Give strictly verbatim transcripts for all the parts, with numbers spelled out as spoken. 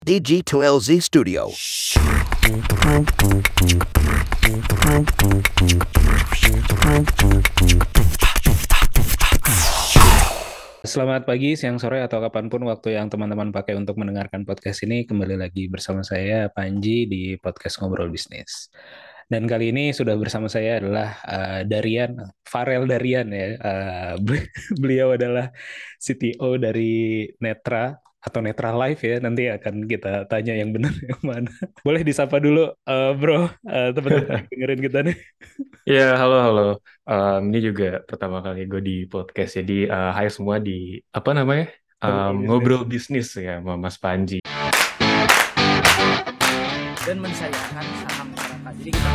D G two L Z Studio. Selamat pagi, siang, sore, atau kapanpun waktu yang teman-teman pakai untuk mendengarkan podcast ini. Kembali lagi bersama saya, Panji, di podcast Ngobrol Bisnis. Dan kali ini sudah bersama saya adalah uh, Darian, Farel Darian ya. Uh, beliau adalah C T O dari Netra atau Netra Live ya. Nanti akan kita tanya yang benar yang mana. Boleh disapa dulu, uh, bro, uh, teman-teman yang dengerin kita nih. Ya, halo, halo. Em, ini juga pertama kali gue di podcast. Jadi, eh, hai semua di, apa namanya? Em, Ngobrol Bisnis. ngobrol bisnis ya, sama Mas Panji. Dan mensayangkan saham masyarakat. Jadi kita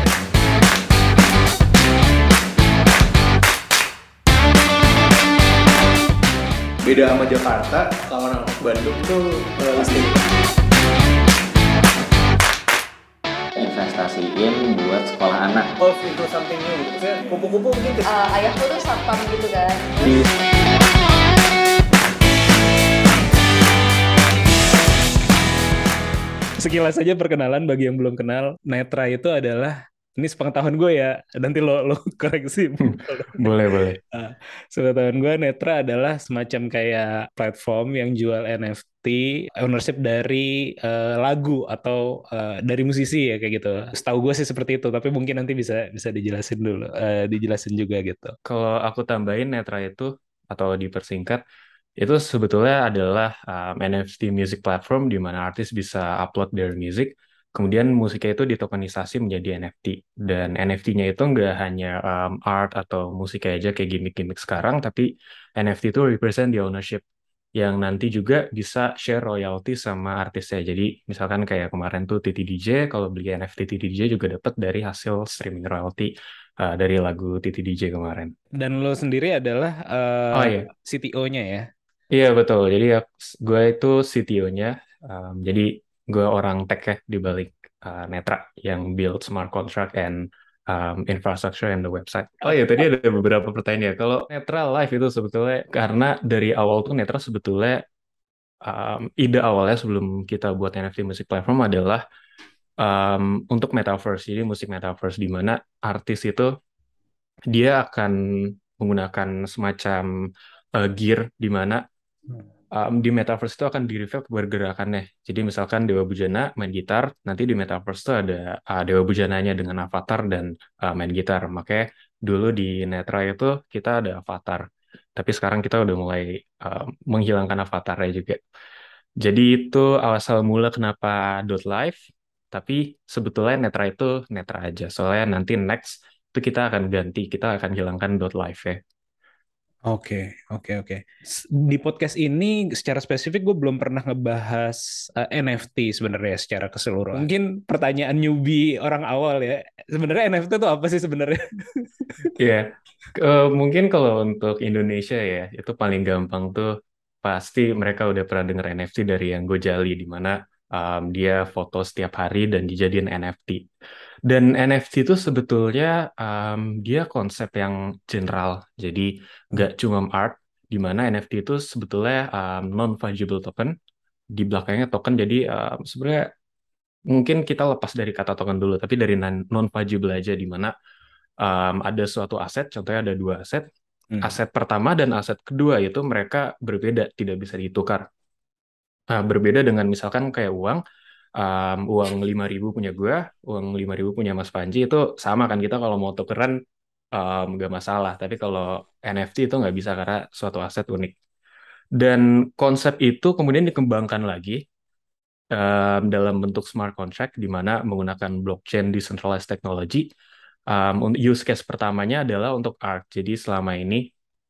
beda sama Jakarta, kalau orang Bandung tuh uh, pasti investasiin buat sekolah anak. evolve into something new gitu. Saya kupu-kupu mungkin ke- uh, ayahku tuh satpam gitu kan. Di Sekilas saja perkenalan bagi yang belum kenal, Netra itu adalah, ini sepengetahuan gue ya, nanti lo, lo koreksi. Boleh, boleh. Uh, sepengetahuan gue, Netra adalah semacam kayak platform yang jual N F T, ownership dari uh, lagu atau uh, dari musisi ya kayak gitu. Setahu gue sih seperti itu, tapi mungkin nanti bisa bisa dijelasin dulu, uh, dijelasin juga gitu. Kalau aku tambahin Netra itu, atau dipersingkat, itu sebetulnya adalah um, N F T music platform di mana artis bisa upload their music, kemudian musiknya itu ditokenisasi menjadi N F T. Dan N F T-nya itu nggak hanya um, art atau musik aja kayak gimmick-gimmick sekarang, tapi N F T itu represent the ownership yang nanti juga bisa share royalty sama artisnya. Jadi misalkan kayak kemarin tuh Titi D J, kalau beli N F T Titi D J juga dapat dari hasil streaming royalty uh, dari lagu Titi D J kemarin. Dan lo sendiri adalah Oh uh, iya, C T O-nya ya? iya betul. Jadi ya, gue itu C T O-nya. Um, jadi gue orang tech ya di balik uh, Netra yang build smart contract and um, infrastructure and the website. Oh iya, tadi ada beberapa pertanyaan ya. Kalau Netra Live itu sebetulnya karena dari awal tuh Netra sebetulnya um, ide awalnya sebelum kita buat N F T music platform adalah um, untuk metaverse. Jadi musik metaverse di mana artis itu dia akan menggunakan semacam uh, gear di mana um, di metaverse itu akan di-reflect pergerakannya. Jadi misalkan Dewa Bujana main gitar, nanti di metaverse itu ada uh, Dewa Bujananya dengan avatar dan uh, main gitar. Makanya dulu di Netra itu kita ada avatar. Tapi sekarang kita udah mulai uh, menghilangkan avatarnya juga. Jadi itu asal mula kenapa dot live, tapi sebetulnya Netra itu Netra aja. Soalnya nanti next itu kita akan ganti, kita akan hilangkan dot live ya. Oke, oke, oke. S- Di podcast ini secara spesifik gue belum pernah ngebahas uh, N F T sebenarnya secara keseluruhan. Mungkin pertanyaan newbie orang awal ya. Sebenarnya N F T itu apa sih sebenarnya? Iya, eh, mungkin kalau untuk Indonesia ya, itu paling gampang tuh pasti mereka udah pernah dengar N F T dari yang Gojali, di mana um, dia foto setiap hari dan dijadiin N F T. Dan N F T itu sebetulnya um, dia konsep yang general, jadi nggak cuma art, di mana N F T itu sebetulnya um, non-fungible token, di belakangnya token, jadi um, sebenarnya mungkin kita lepas dari kata token dulu, tapi dari non-fungible aja, di mana um, ada suatu aset, contohnya ada dua aset. Hmm. Aset pertama dan aset kedua itu mereka berbeda, tidak bisa ditukar. Nah, berbeda dengan misalkan kayak uang, um, uang lima ribu punya gue, uang lima ribu punya Mas Panji, itu sama kan, kita kalau mau tukeran um, nggak masalah. Tapi kalau N F T itu nggak bisa karena suatu aset unik. Dan konsep itu kemudian dikembangkan lagi um, dalam bentuk smart contract di mana menggunakan blockchain decentralized technology. Um, use case pertamanya adalah untuk art. Jadi selama ini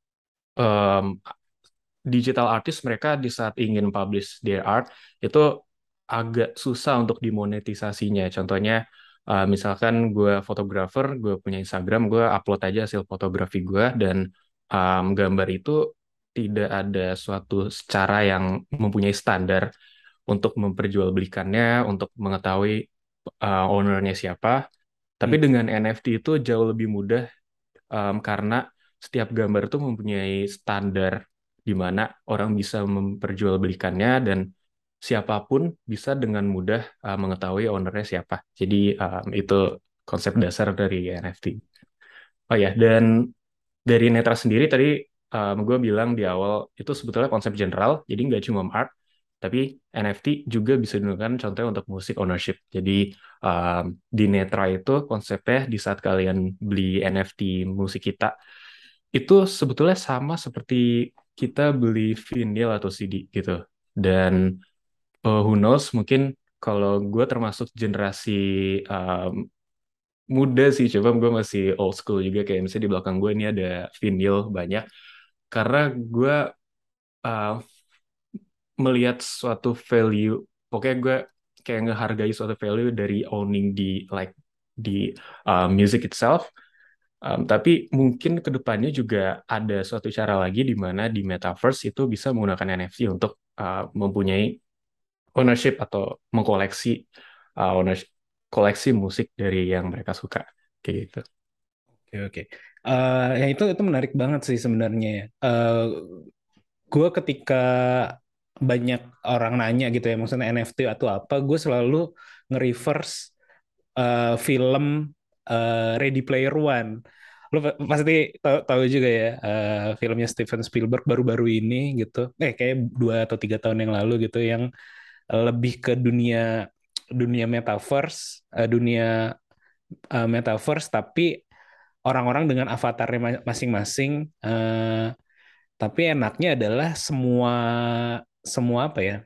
um, digital artist mereka di saat ingin publish their art itu agak susah untuk dimonetisasinya. Contohnya uh, misalkan gue fotografer, gue punya Instagram, gue upload aja hasil fotografi gue dan um, gambar itu tidak ada suatu cara yang mempunyai standar untuk memperjualbelikannya, untuk mengetahui uh, ownernya siapa. Tapi Hmm. dengan N F T itu jauh lebih mudah um, karena setiap gambar itu mempunyai standar di mana orang bisa memperjualbelikannya dan siapapun bisa dengan mudah uh, mengetahui ownernya siapa. Jadi um, itu konsep dasar dari N F T. Oh ya, dan dari Netra sendiri tadi um, gue bilang di awal itu sebetulnya konsep general, jadi nggak cuma art, tapi N F T juga bisa digunakan contohnya untuk musik ownership. Jadi um, di Netra itu konsepnya di saat kalian beli N F T musik kita, itu sebetulnya sama seperti kita beli vinyl atau C D gitu. Dan uh, who knows, mungkin kalau gue termasuk generasi um, muda sih, coba gue masih old school juga, kayak misalnya di belakang gue ini ada vinyl banyak, karena gue uh, melihat suatu value, pokoknya gue kayak ngehargai suatu value dari owning di like di uh, music itself. Um, tapi mungkin kedepannya juga ada suatu cara lagi di mana di metaverse itu bisa menggunakan N F T untuk uh, mempunyai ownership atau mengkoleksi uh, ownership, koleksi musik dari yang mereka suka kayak gitu. Oke, oke. Eh, ya itu itu menarik banget sih sebenarnya ya. Eh, gue ketika banyak orang nanya gitu ya, maksudnya N F T atau apa, gue selalu nge-reverse eh, film eh, Ready Player One. Lo pa- pasti tahu, tahu juga ya, eh, filmnya Steven Spielberg baru-baru ini gitu. Eh kayak dua atau tiga tahun yang lalu gitu, yang lebih ke dunia dunia metaverse, eh, dunia eh, metaverse tapi orang-orang dengan avatarnya ma- masing-masing. eh, tapi enaknya adalah semua semua apa ya?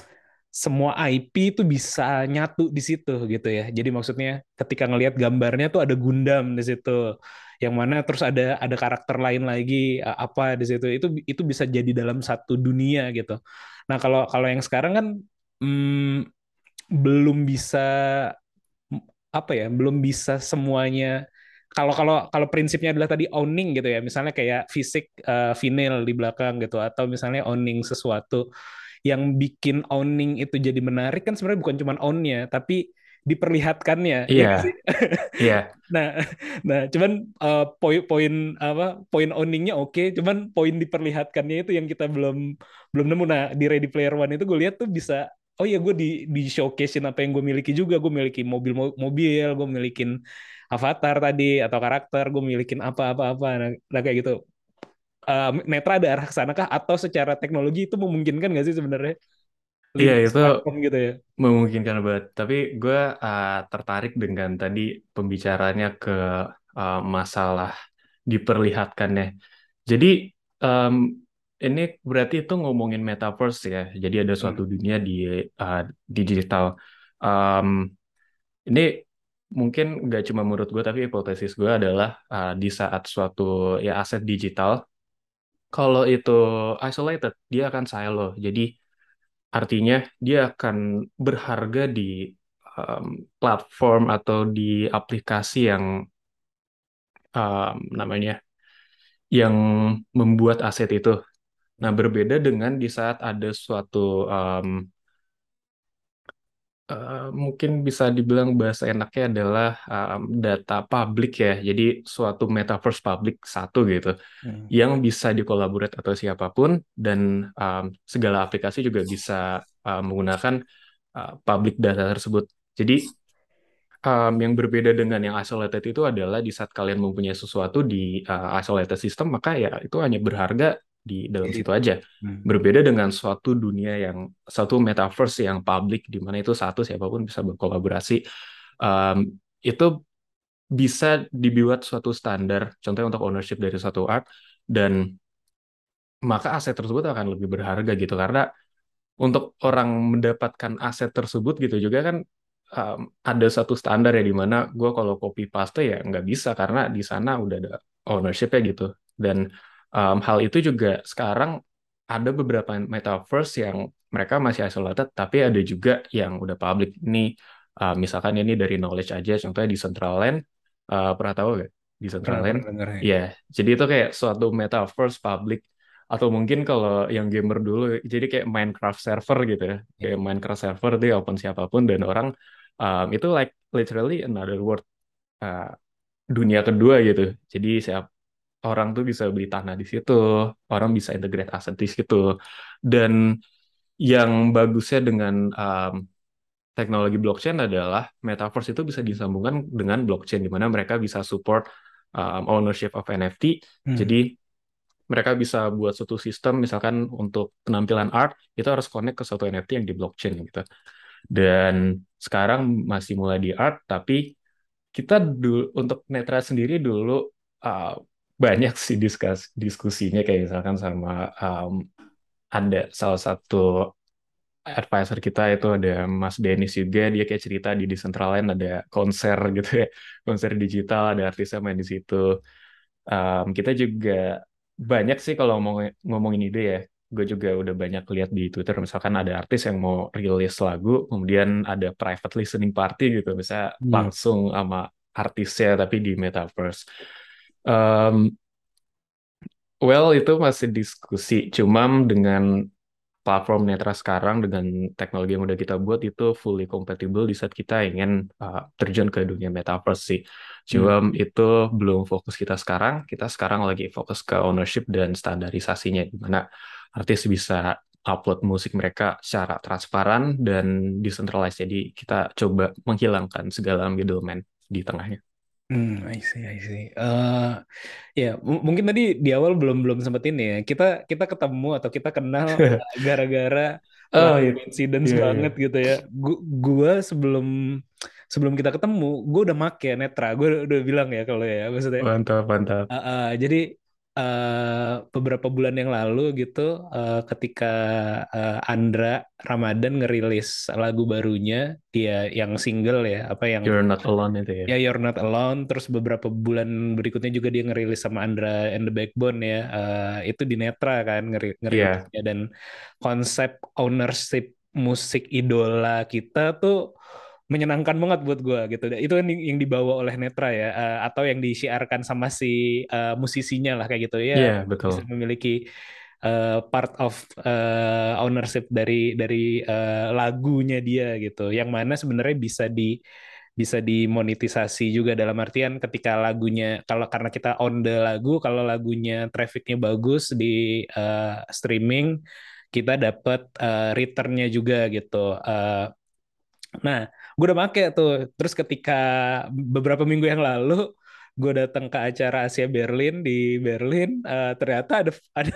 Semua I P itu bisa nyatu di situ gitu ya. Jadi maksudnya ketika ngelihat gambarnya tuh ada Gundam di situ. Yang mana terus ada ada karakter lain lagi a- apa di situ. Itu itu bisa jadi dalam satu dunia gitu. Nah, kalau kalau yang sekarang kan hmm, belum bisa apa ya, belum bisa semuanya. Kalau kalau kalau prinsipnya adalah tadi owning gitu ya, misalnya kayak fisik eh, vinyl di belakang gitu, atau misalnya owning sesuatu yang bikin owning itu jadi menarik kan sebenarnya bukan cuma ownnya, tapi diperlihatkannya, ya nggak sih? Iya, iya, Nah, nah, cuman eh, poin-poin apa, poin owningnya oke, cuman poin diperlihatkannya itu yang kita belum belum nemu. Nah, di Ready Player One itu gue lihat tuh bisa, oh ya gue di di showcasein apa yang gue miliki juga, gue miliki mobil mobil, gue milikin avatar tadi atau karakter, gue milikin apa-apa-apa, nah, nah kayak gitu. Eh, Netra ada arah ke sana kah atau secara teknologi itu memungkinkan nggak sih sebenarnya iya lintas itu platform gitu ya? memungkinkan banget. Tapi gue uh, tertarik dengan tadi pembicaranya ke uh, masalah diperlihatkannya. Jadi um, ini berarti itu ngomongin metaverse ya. Jadi ada suatu Hmm. dunia di uh, digital. Um, ini mungkin nggak cuma menurut gue, tapi hipotesis gue adalah uh, di saat suatu ya aset digital, kalau itu isolated, dia akan silo. Jadi artinya dia akan berharga di um, platform atau di aplikasi yang um, namanya yang membuat aset itu. Nah, berbeda dengan di saat ada suatu um, eh, mungkin bisa dibilang bahasa enaknya adalah um, data publik ya. Jadi suatu metaverse publik satu gitu Hmm. yang bisa dikolaborate atau siapapun, dan um, segala aplikasi juga bisa uh, menggunakan uh, public data tersebut. Jadi um, yang berbeda dengan yang isolated itu adalah di saat kalian mempunyai sesuatu di uh, isolated system, maka ya itu hanya berharga di dalam Jadi, situ aja. hmm. Berbeda dengan suatu dunia yang satu metaverse yang public di mana itu satu siapapun bisa berkolaborasi. Um, itu bisa dibuat suatu standar, contohnya untuk ownership dari suatu art, dan maka aset tersebut akan lebih berharga gitu, karena untuk orang mendapatkan aset tersebut gitu juga kan um, ada satu standar ya, di mana gue kalau copy paste ya nggak bisa karena di sana udah ada ownership-nya gitu. Dan um, hal itu juga sekarang ada beberapa metaverse yang mereka masih isolated tapi ada juga yang udah public. Ini uh, misalkan ini dari knowledge aja, contohnya di Decentraland. Uh, pernah tahu gak di Pernah Decentraland? pernah dengar ya. Iya, jadi itu kayak suatu metaverse public, atau mungkin kalau yang gamer dulu jadi kayak Minecraft server gitu ya, kayak Minecraft server dia open siapapun, dan orang um, itu like literally another world, uh, dunia kedua gitu. Jadi siap orang tuh bisa beli tanah di situ, orang bisa integrate aset di situ, dan yang bagusnya dengan um, teknologi blockchain adalah metaverse itu bisa disambungkan dengan blockchain, di mana mereka bisa support um, ownership of N F T. Hmm. Jadi mereka bisa buat suatu sistem, misalkan untuk penampilan art, itu harus connect ke suatu N F T yang di blockchain gitu. Dan sekarang masih mulai di art, tapi kita dulu untuk Netra sendiri dulu uh, banyak sih diskus diskusinya kayak misalkan sama um, ada salah satu advisor kita itu ada Mas Dennis juga, dia kayak cerita di Decentraland ada konser gitu ya, konser digital, ada artisnya main di situ. Um, kita juga banyak sih kalau ngomong, ngomongin ide ya, gue juga udah banyak lihat di Twitter, misalkan ada artis yang mau rilis lagu, kemudian ada private listening party gitu, bisa Hmm. langsung sama artisnya tapi di metaverse. Um, well, itu masih diskusi, cuma dengan platform Netra sekarang dengan teknologi yang udah kita buat itu fully compatible di saat kita ingin uh, terjun ke dunia metaverse sih. Cuma Hmm. itu belum fokus kita sekarang. Kita sekarang lagi fokus ke ownership dan standarisasinya, di mana artis bisa upload musik mereka secara transparan dan decentralized. Jadi kita coba menghilangkan segala middleman di tengahnya. Hmm, I see, I see. Eh, ya, m- mungkin tadi di awal belum belum sempat ini ya. Kita kita ketemu atau kita kenal eh, gara-gara Oh wah iya, coincidence iya, iya. banget gitu ya. Gu- Gua sebelum sebelum kita ketemu, gue udah make Netra. Gue udah bilang ya kalau ya, maksudnya. Mantap, mantap. Uh, uh, jadi uh, beberapa bulan yang lalu gitu, uh, ketika uh, Andra Ramadan ngerilis lagu barunya, dia yang single ya, apa yang You're not alone itu ya. ya You're Not Alone. Terus beberapa bulan berikutnya juga dia ngerilis sama Andra and the Backbone ya, uh, itu di Netra kan ngeri Iya, ngerilisnya. Dan konsep ownership musik idola kita tuh menyenangkan banget buat gue gitu. Itu kan yang yang dibawa oleh Netra ya, eh, atau yang disiarkan sama si eh, musisinya lah kayak gitu ya, iya betul. bisa memiliki eh, part of eh, ownership dari dari eh, lagunya dia gitu. Yang mana sebenarnya bisa di bisa dimonetisasi juga, dalam artian ketika lagunya, kalau karena kita on the lagu, kalau lagunya trafficnya bagus di eh, streaming, kita dapat eh, returnnya juga gitu. Eh, Nah, gue udah make tuh. Terus ketika beberapa minggu yang lalu, gue datang ke acara Asia Berlin di Berlin, eh, ternyata ada ada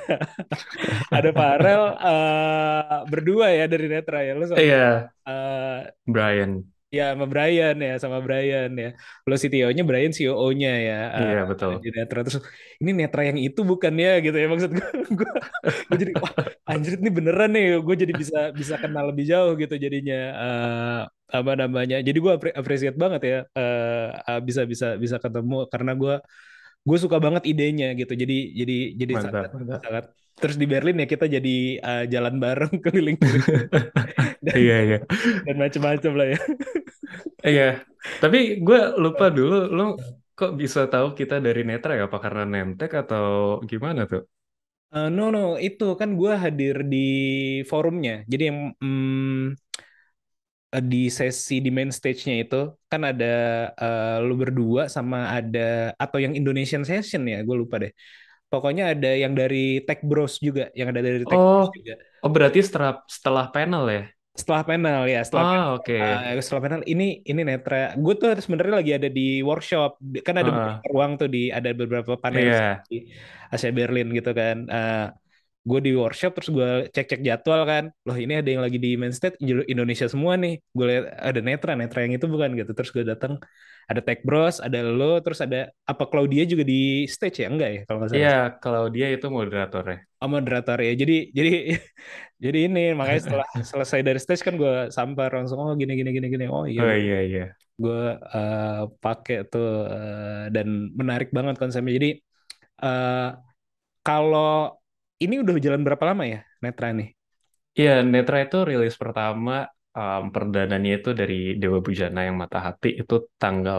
ada Farel eh, berdua ya dari Netra ya. Lu sama Iya, eh, Brian. ya sama Brian ya, sama Brian ya. Lo C T O-nya, Brian C O O-nya ya, Iya, eh, betul. di Netra. Terus ini Netra yang itu bukan ya gitu ya, maksud gue. gue gue jadi wah anjir ini beneran nih, gue jadi bisa bisa kenal lebih jauh gitu jadinya, eh, apa namanya, jadi gue apre- appreciate banget ya, eh, eh, bisa bisa bisa ketemu karena gue gue suka banget idenya gitu, jadi jadi jadi sangat Mantap, mantap. sangat. Terus di Berlin ya kita jadi eh, jalan bareng keliling-keliling dan Iya, iya. dan macam-macam lah ya. Iya. Tapi gue lupa dulu, lu kok bisa tahu kita dari Netra ya? Apa karena Nemtek atau gimana tuh? Eh, no no itu kan gue hadir di forumnya, jadi yang mm, eh, di sesi di main stage-nya itu kan ada eh, lu berdua sama ada, atau yang Indonesian session ya gue lupa deh, pokoknya ada yang dari Tech Bros juga, yang ada dari Tech Oh, Bros juga. oh berarti setelah setelah panel ya? Setelah panel ya, setelah panel, Oh, oke. uh, setelah panel ini ini Netra. Gue tuh sebenarnya lagi ada di workshop. Di- Kan ada beberapa Heeh. ruang tuh, di ada beberapa panel Iya, di Asia Berlin gitu kan. Uh, gue di workshop terus gue cek-cek jadwal kan. Loh ini ada yang lagi di main stage Indonesia semua nih. Gue lihat ada Netra, Netra yang itu bukan gitu. Terus gue datang, ada Tech Bros, ada lo, terus ada apa Claudia juga di stage ya? Enggak ya kalau nggak salah. iya. Kalau dia itu moderatornya. Oh, moderator ya. Jadi jadi jadi ini makanya setelah selesai dari stage kan gue sampai langsung, oh gini gini gini gini. Oh iya, Oh iya, iya. gue eh, pakai tuh, eh, dan menarik banget konsepnya. Jadi eh, kalau ini udah jalan berapa lama ya Netra nih? Iya, Netra itu rilis pertama um, perdananya itu dari Dewa Bujana yang Mata Hati itu tanggal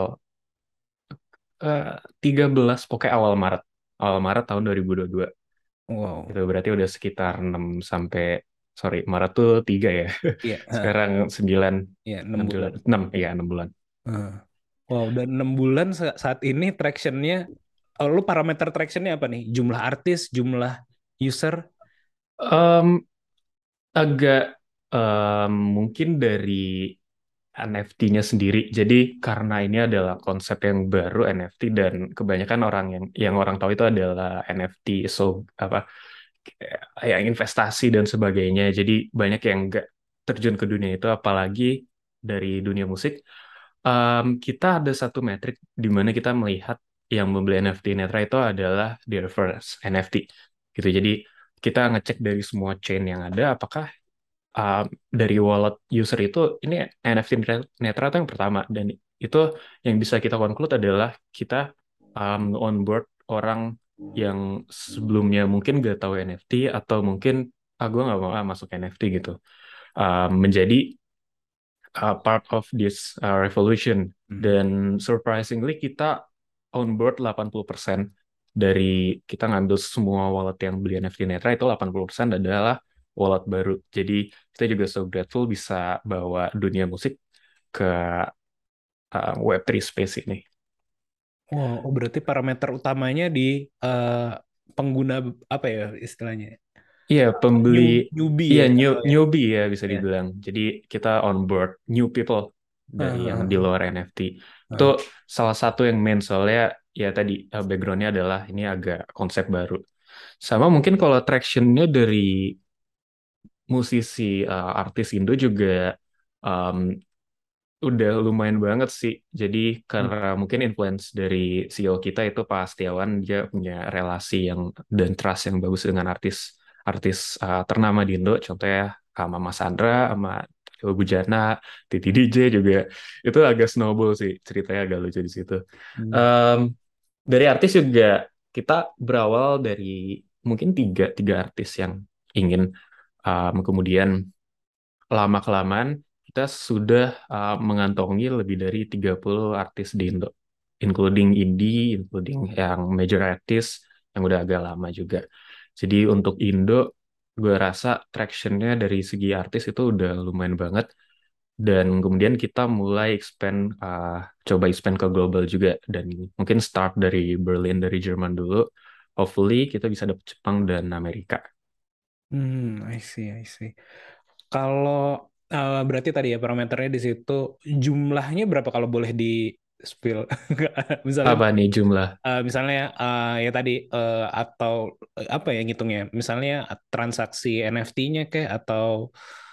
eh, tiga belas pokoknya awal Maret. Awal Maret tahun dua ribu dua puluh dua. Wow. Itu berarti udah sekitar enam sampai sorry, Maret tuh tiga ya. Iya, eh, Sekarang sembilan iya enam enam bulan. bulan. enam iya, enam bulan. Eh. Wow, dan enam bulan sa- saat ini tractionnya, oh, lu parameter tractionnya apa nih? Jumlah artis, jumlah user? Em, agak em, mungkin dari N F T-nya sendiri. Jadi karena ini adalah konsep yang baru N F T dan kebanyakan orang yang yang orang tahu itu adalah N F T, so apa kayak investasi dan sebagainya. Jadi banyak yang nggak terjun ke dunia itu, apalagi dari dunia musik. Em, kita ada satu metrik di mana kita melihat yang membeli N F T Netra itu adalah their first N F T gitu. Jadi kita ngecek dari semua chain yang ada, apakah uh, dari wallet user itu ini N F T Netra itu yang pertama, dan itu yang bisa kita conclude adalah kita um, onboard orang yang sebelumnya mungkin gak tahu N F T atau mungkin ah gue nggak mau ah, masuk N F T gitu. Um, menjadi uh, part of this uh, revolution. Hmm. Dan surprisingly kita on board delapan puluh persen dari kita ngambil semua wallet yang beli N F T Netra itu delapan puluh persen adalah wallet baru. Jadi kita juga so grateful bisa bawa dunia musik ke uh, web tiga space ini. Wow, oh berarti parameter utamanya di eh, pengguna apa ya istilahnya? Iya, New, pembeli newbie iya ya new, atau ya? newbie ya bisa Ya. dibilang. Jadi kita on board new people dari yang di Ah, luar N F T. Itu ah, ah. salah satu yang main soalnya ya tadi uh, background-nya adalah ini agak konsep baru. Sama mungkin kalau traction-nya dari musisi uh, artis Indo juga um, udah lumayan banget sih. Jadi Hmm. karena mungkin influence dari C E O kita itu Pak Setiawan, dia punya relasi yang dan trust yang bagus dengan artis artis uh, ternama di Indo. Contohnya sama Mas Sandra, sama Tio Bujana, Titi D J juga. Itu agak snowball sih, ceritanya agak lucu di situ. Hmm. Um, dari artis juga kita berawal dari mungkin tiga tiga artis yang ingin um, kemudian lama-kelamaan kita sudah uh, mengantongi lebih dari tiga puluh artis di Indo, including indie, including yang major artist yang udah agak lama juga. Jadi untuk Indo, gue rasa traction-nya dari segi artis itu udah lumayan banget. Dan kemudian kita mulai expand, uh, coba expand ke global juga. Dan mungkin start dari Berlin, dari Jerman dulu. Hopefully kita bisa dapet Jepang dan Amerika. Hmm, I see, I see. Kalau eh, berarti tadi ya parameternya di situ jumlahnya berapa kalau boleh di spill? Misalnya Apa nih jumlah? eh, misalnya eh, ya tadi eh, atau eh, apa ya ngitungnya? Misalnya transaksi N F T-nya kayak atau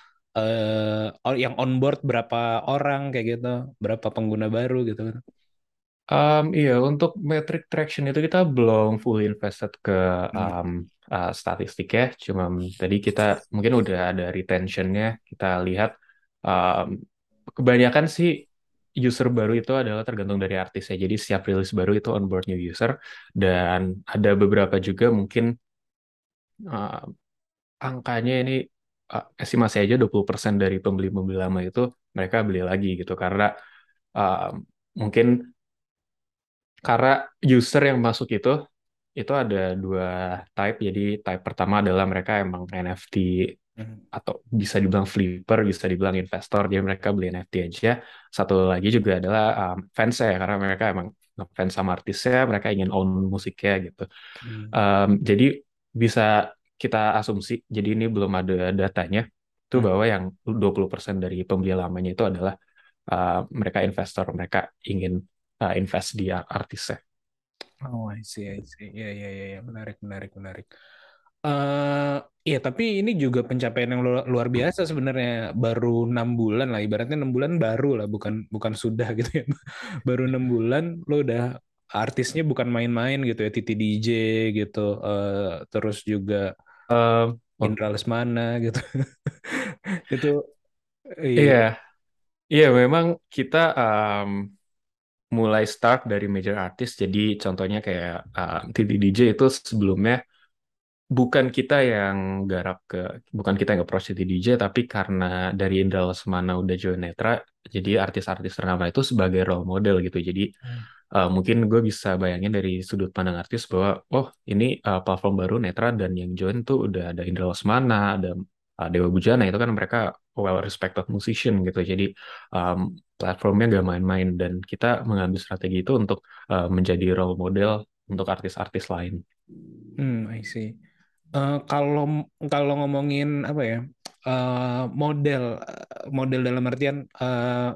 eh oh, yang onboard berapa orang kayak gitu, berapa pengguna baru gitu kan. Um, iya, untuk metric traction itu kita belum fully invested ke Hmm. um, uh, statistik ya. Cuma tadi kita mungkin udah ada retentionnya. Kita lihat um, kebanyakan sih user baru itu adalah tergantung dari artisnya. Jadi setiap rilis baru itu onboard new user. Dan ada beberapa juga mungkin uh, angkanya ini uh, estimasi aja dua puluh persen dari pembeli-pembeli lama itu mereka beli lagi gitu. Karena um, mungkin karena user yang masuk itu itu ada dua type. Jadi type pertama adalah mereka emang N F T Hmm. atau bisa dibilang flipper, bisa dibilang investor. Jadi mereka beli N F T aja. Satu lagi juga adalah um, fans ya, karena mereka emang ngefans sama artisnya, mereka ingin own musiknya gitu. Hmm. Um, jadi bisa kita asumsi, jadi ini belum ada datanya, itu Hmm. bahwa yang dua puluh persen dari pembeli lamanya itu adalah uh, mereka investor, mereka ingin uh, invest di artisnya. Oh, I see, I see. Ya, ya, ya, ya. Menarik, menarik, menarik. eh Iya, tapi ini juga pencapaian yang luar, luar biasa sebenarnya. Baru enam bulan lah, ibaratnya enam bulan baru lah, bukan bukan sudah gitu ya. Baru enam bulan lo udah artisnya bukan main-main gitu ya, Titi D J gitu, eh terus juga Um, oh, Indra Lesmana gitu. Itu iya. iya, iya memang kita um, mulai start dari major artist. Jadi contohnya kayak um, Titi D J itu sebelumnya bukan kita yang garap ke, bukan kita yang approach Titi D J, tapi karena dari Indra Lesmana udah join Netra, jadi artis-artis ternama itu sebagai role model gitu. Jadi uh, mungkin gue bisa bayangin dari sudut pandang artis bahwa oh ini uh, platform baru Netra dan yang join tuh udah ada Indra Lesmana, ada uh, Dewa Bujana, itu kan mereka well respected musician gitu. Jadi um, platformnya gak main-main dan kita mengambil strategi itu untuk uh, menjadi role model untuk artis-artis lain. Hmm, I see. Eh, kalau kalau ngomongin apa ya, eh, model eh, model dalam artian eh,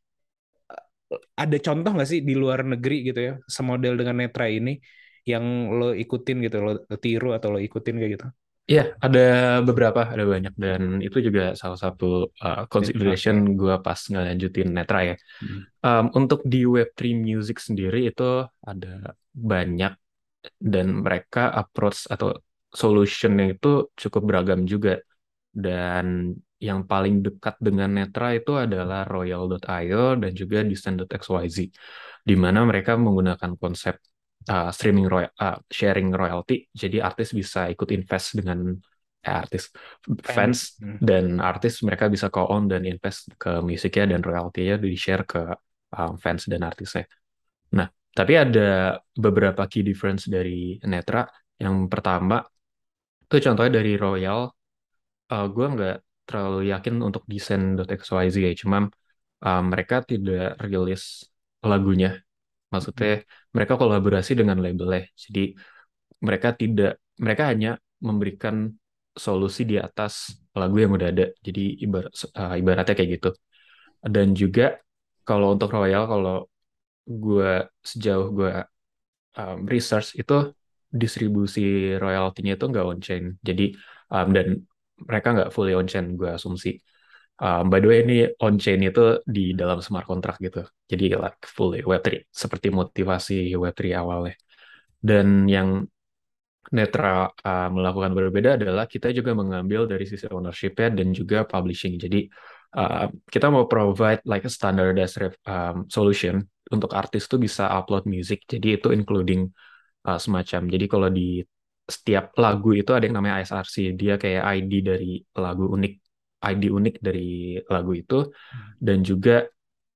ada contoh nggak sih di luar negeri gitu ya semodel dengan Netra ini yang lo ikutin gitu, lo tiru atau lo ikutin kayak gitu? Iya, ada beberapa, ada banyak, dan itu juga salah satu uh, Benchmark consideration ya. gue pas ngelanjutin Netra ya. Hmm. Um, untuk di web tiga Music sendiri itu ada banyak, dan mereka approach atau solutionnya itu cukup beragam juga. Dan yang paling dekat dengan Netra itu adalah royal dot io dan juga descent dot x y z, di mana mereka menggunakan konsep uh, streaming roy uh, sharing royalty. Jadi artis bisa ikut invest dengan eh, artis Fans. fans, Hmm. dan artis mereka bisa co-own dan invest ke musiknya, dan royaltinya di share ke um, fans dan artisnya. Nah, tapi ada beberapa key difference dari Netra. Yang pertama, itu contohnya dari Royal, uh, gue nggak terlalu yakin untuk desain dot x y z ya, cuma uh, mereka tidak rilis lagunya. Hmm. Maksudnya mereka kolaborasi dengan labelnya. Jadi mereka tidak, mereka hanya memberikan solusi di atas lagu yang udah ada. Jadi ibarat, uh, ibaratnya kayak gitu. Dan juga kalau untuk Royal, kalau gue sejauh gue um, research itu distribusi royaltinya itu nggak on-chain. Jadi um, dan mereka nggak fully on-chain, gue asumsi. Um, by the way, ini on-chain itu di dalam smart contract gitu. Jadi like fully web tiga, seperti motivasi web tiga awalnya. Dan yang Netra uh, melakukan berbeda adalah kita juga mengambil dari sisi ownership-nya dan juga publishing. Jadi uh, kita mau provide like a standardized ref- um, solution untuk artis tuh bisa upload music. Jadi itu including uh, semacam. Jadi kalau di setiap lagu itu ada yang namanya I S R C. Dia kayak I D dari lagu unik, I D unik dari lagu itu. Dan juga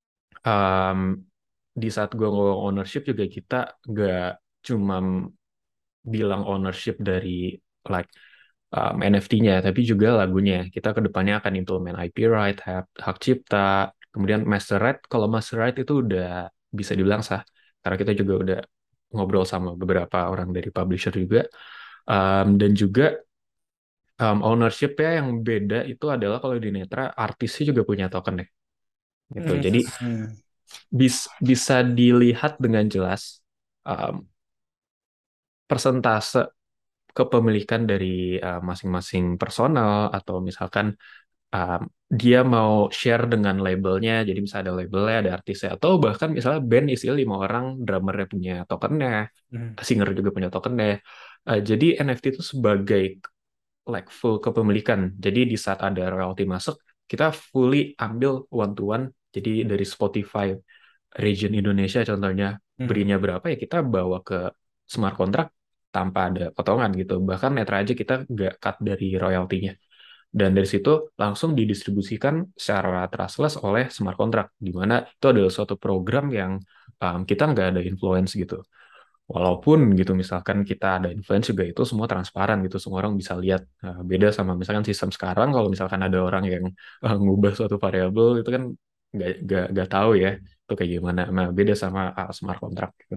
um, di saat gue ngomong ownership juga kita nggak cuma bilang ownership dari like um, N F T-nya, tapi juga lagunya. Kita ke depannya akan implement I P right, hak, hak cipta, kemudian master right. Kalau master right itu udah bisa dibilang sah, karena kita juga udah ngobrol sama beberapa orang dari publisher juga. Um, dan juga um, ownership ya yang beda itu adalah kalau di Netra artisnya juga punya token deh. Gitu. Jadi Hmm. bis, bisa dilihat dengan jelas um, persentase kepemilikan dari uh, masing-masing personal, atau misalkan um, dia mau share dengan labelnya, jadi misalnya ada labelnya, ada artisnya, atau bahkan misalnya band isi lima orang, drummernya punya tokennya, Hmm. singer juga punya tokennya. Uh, jadi N F T itu sebagai like full kepemilikan. Jadi di saat ada royalty masuk, kita fully ambil one to one. Jadi dari Spotify region Indonesia contohnya Hmm. berinya berapa ya kita bawa ke smart contract tanpa ada potongan gitu. Bahkan Netra aja kita nggak cut dari royaltinya. Dan dari situ langsung didistribusikan secara trustless oleh smart contract, di mana itu adalah suatu program yang um, kita nggak ada influence gitu. Walaupun gitu misalkan kita ada influence juga itu semua transparan gitu, semua orang bisa lihat. Nah, beda sama misalkan sistem sekarang, kalau misalkan ada orang yang uh, ngubah suatu variabel itu kan nggak nggak nggak tahu ya itu kayak gimana. Nah, beda sama uh, smart contract gitu.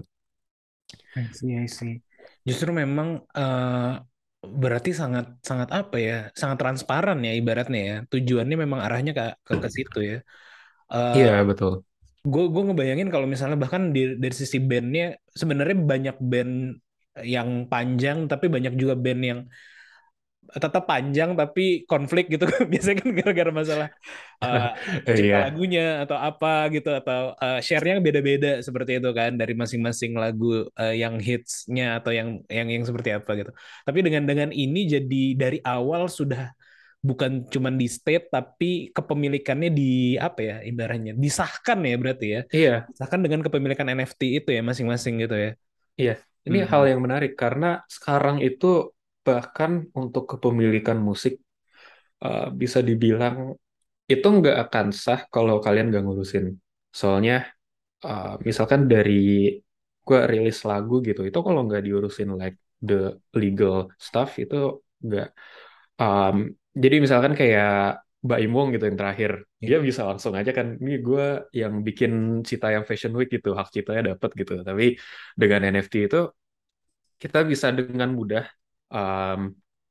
I see, I see. Justru memang eh, berarti sangat sangat apa ya? Sangat transparan ya ibaratnya ya. Tujuannya memang arahnya ke ke, ke situ ya. Iya, Eh betul. gue gue ngebayangin kalau misalnya bahkan di, dari sisi bandnya sebenarnya banyak band yang panjang tapi banyak juga band yang tetap panjang tapi konflik gitu. Biasanya kan gara-gara masalah eh, pencipta Iya. lagunya atau apa gitu, atau eh, share-nya beda-beda seperti itu kan dari masing-masing lagu, eh, yang hits-nya atau yang yang yang seperti apa gitu. Tapi dengan dengan ini jadi dari awal sudah bukan cuma di state tapi kepemilikannya di apa ya, ibaratnya disahkan ya berarti ya. Iya, Disahkan dengan kepemilikan N F T itu ya masing-masing gitu ya. iya. Ini hal Hmm. yang menarik karena sekarang itu bahkan untuk kepemilikan musik uh, bisa dibilang itu nggak akan sah kalau kalian nggak ngurusin. Soalnya uh, misalkan dari gue rilis lagu gitu, itu kalau nggak diurusin like the legal stuff itu nggak. um, jadi misalkan kayak Mbak Imong gitu yang terakhir, dia bisa langsung aja kan, ini gue yang bikin Citayam Fashion Week gitu, hak ciptanya dapat gitu. Tapi dengan N F T itu kita bisa dengan mudah um,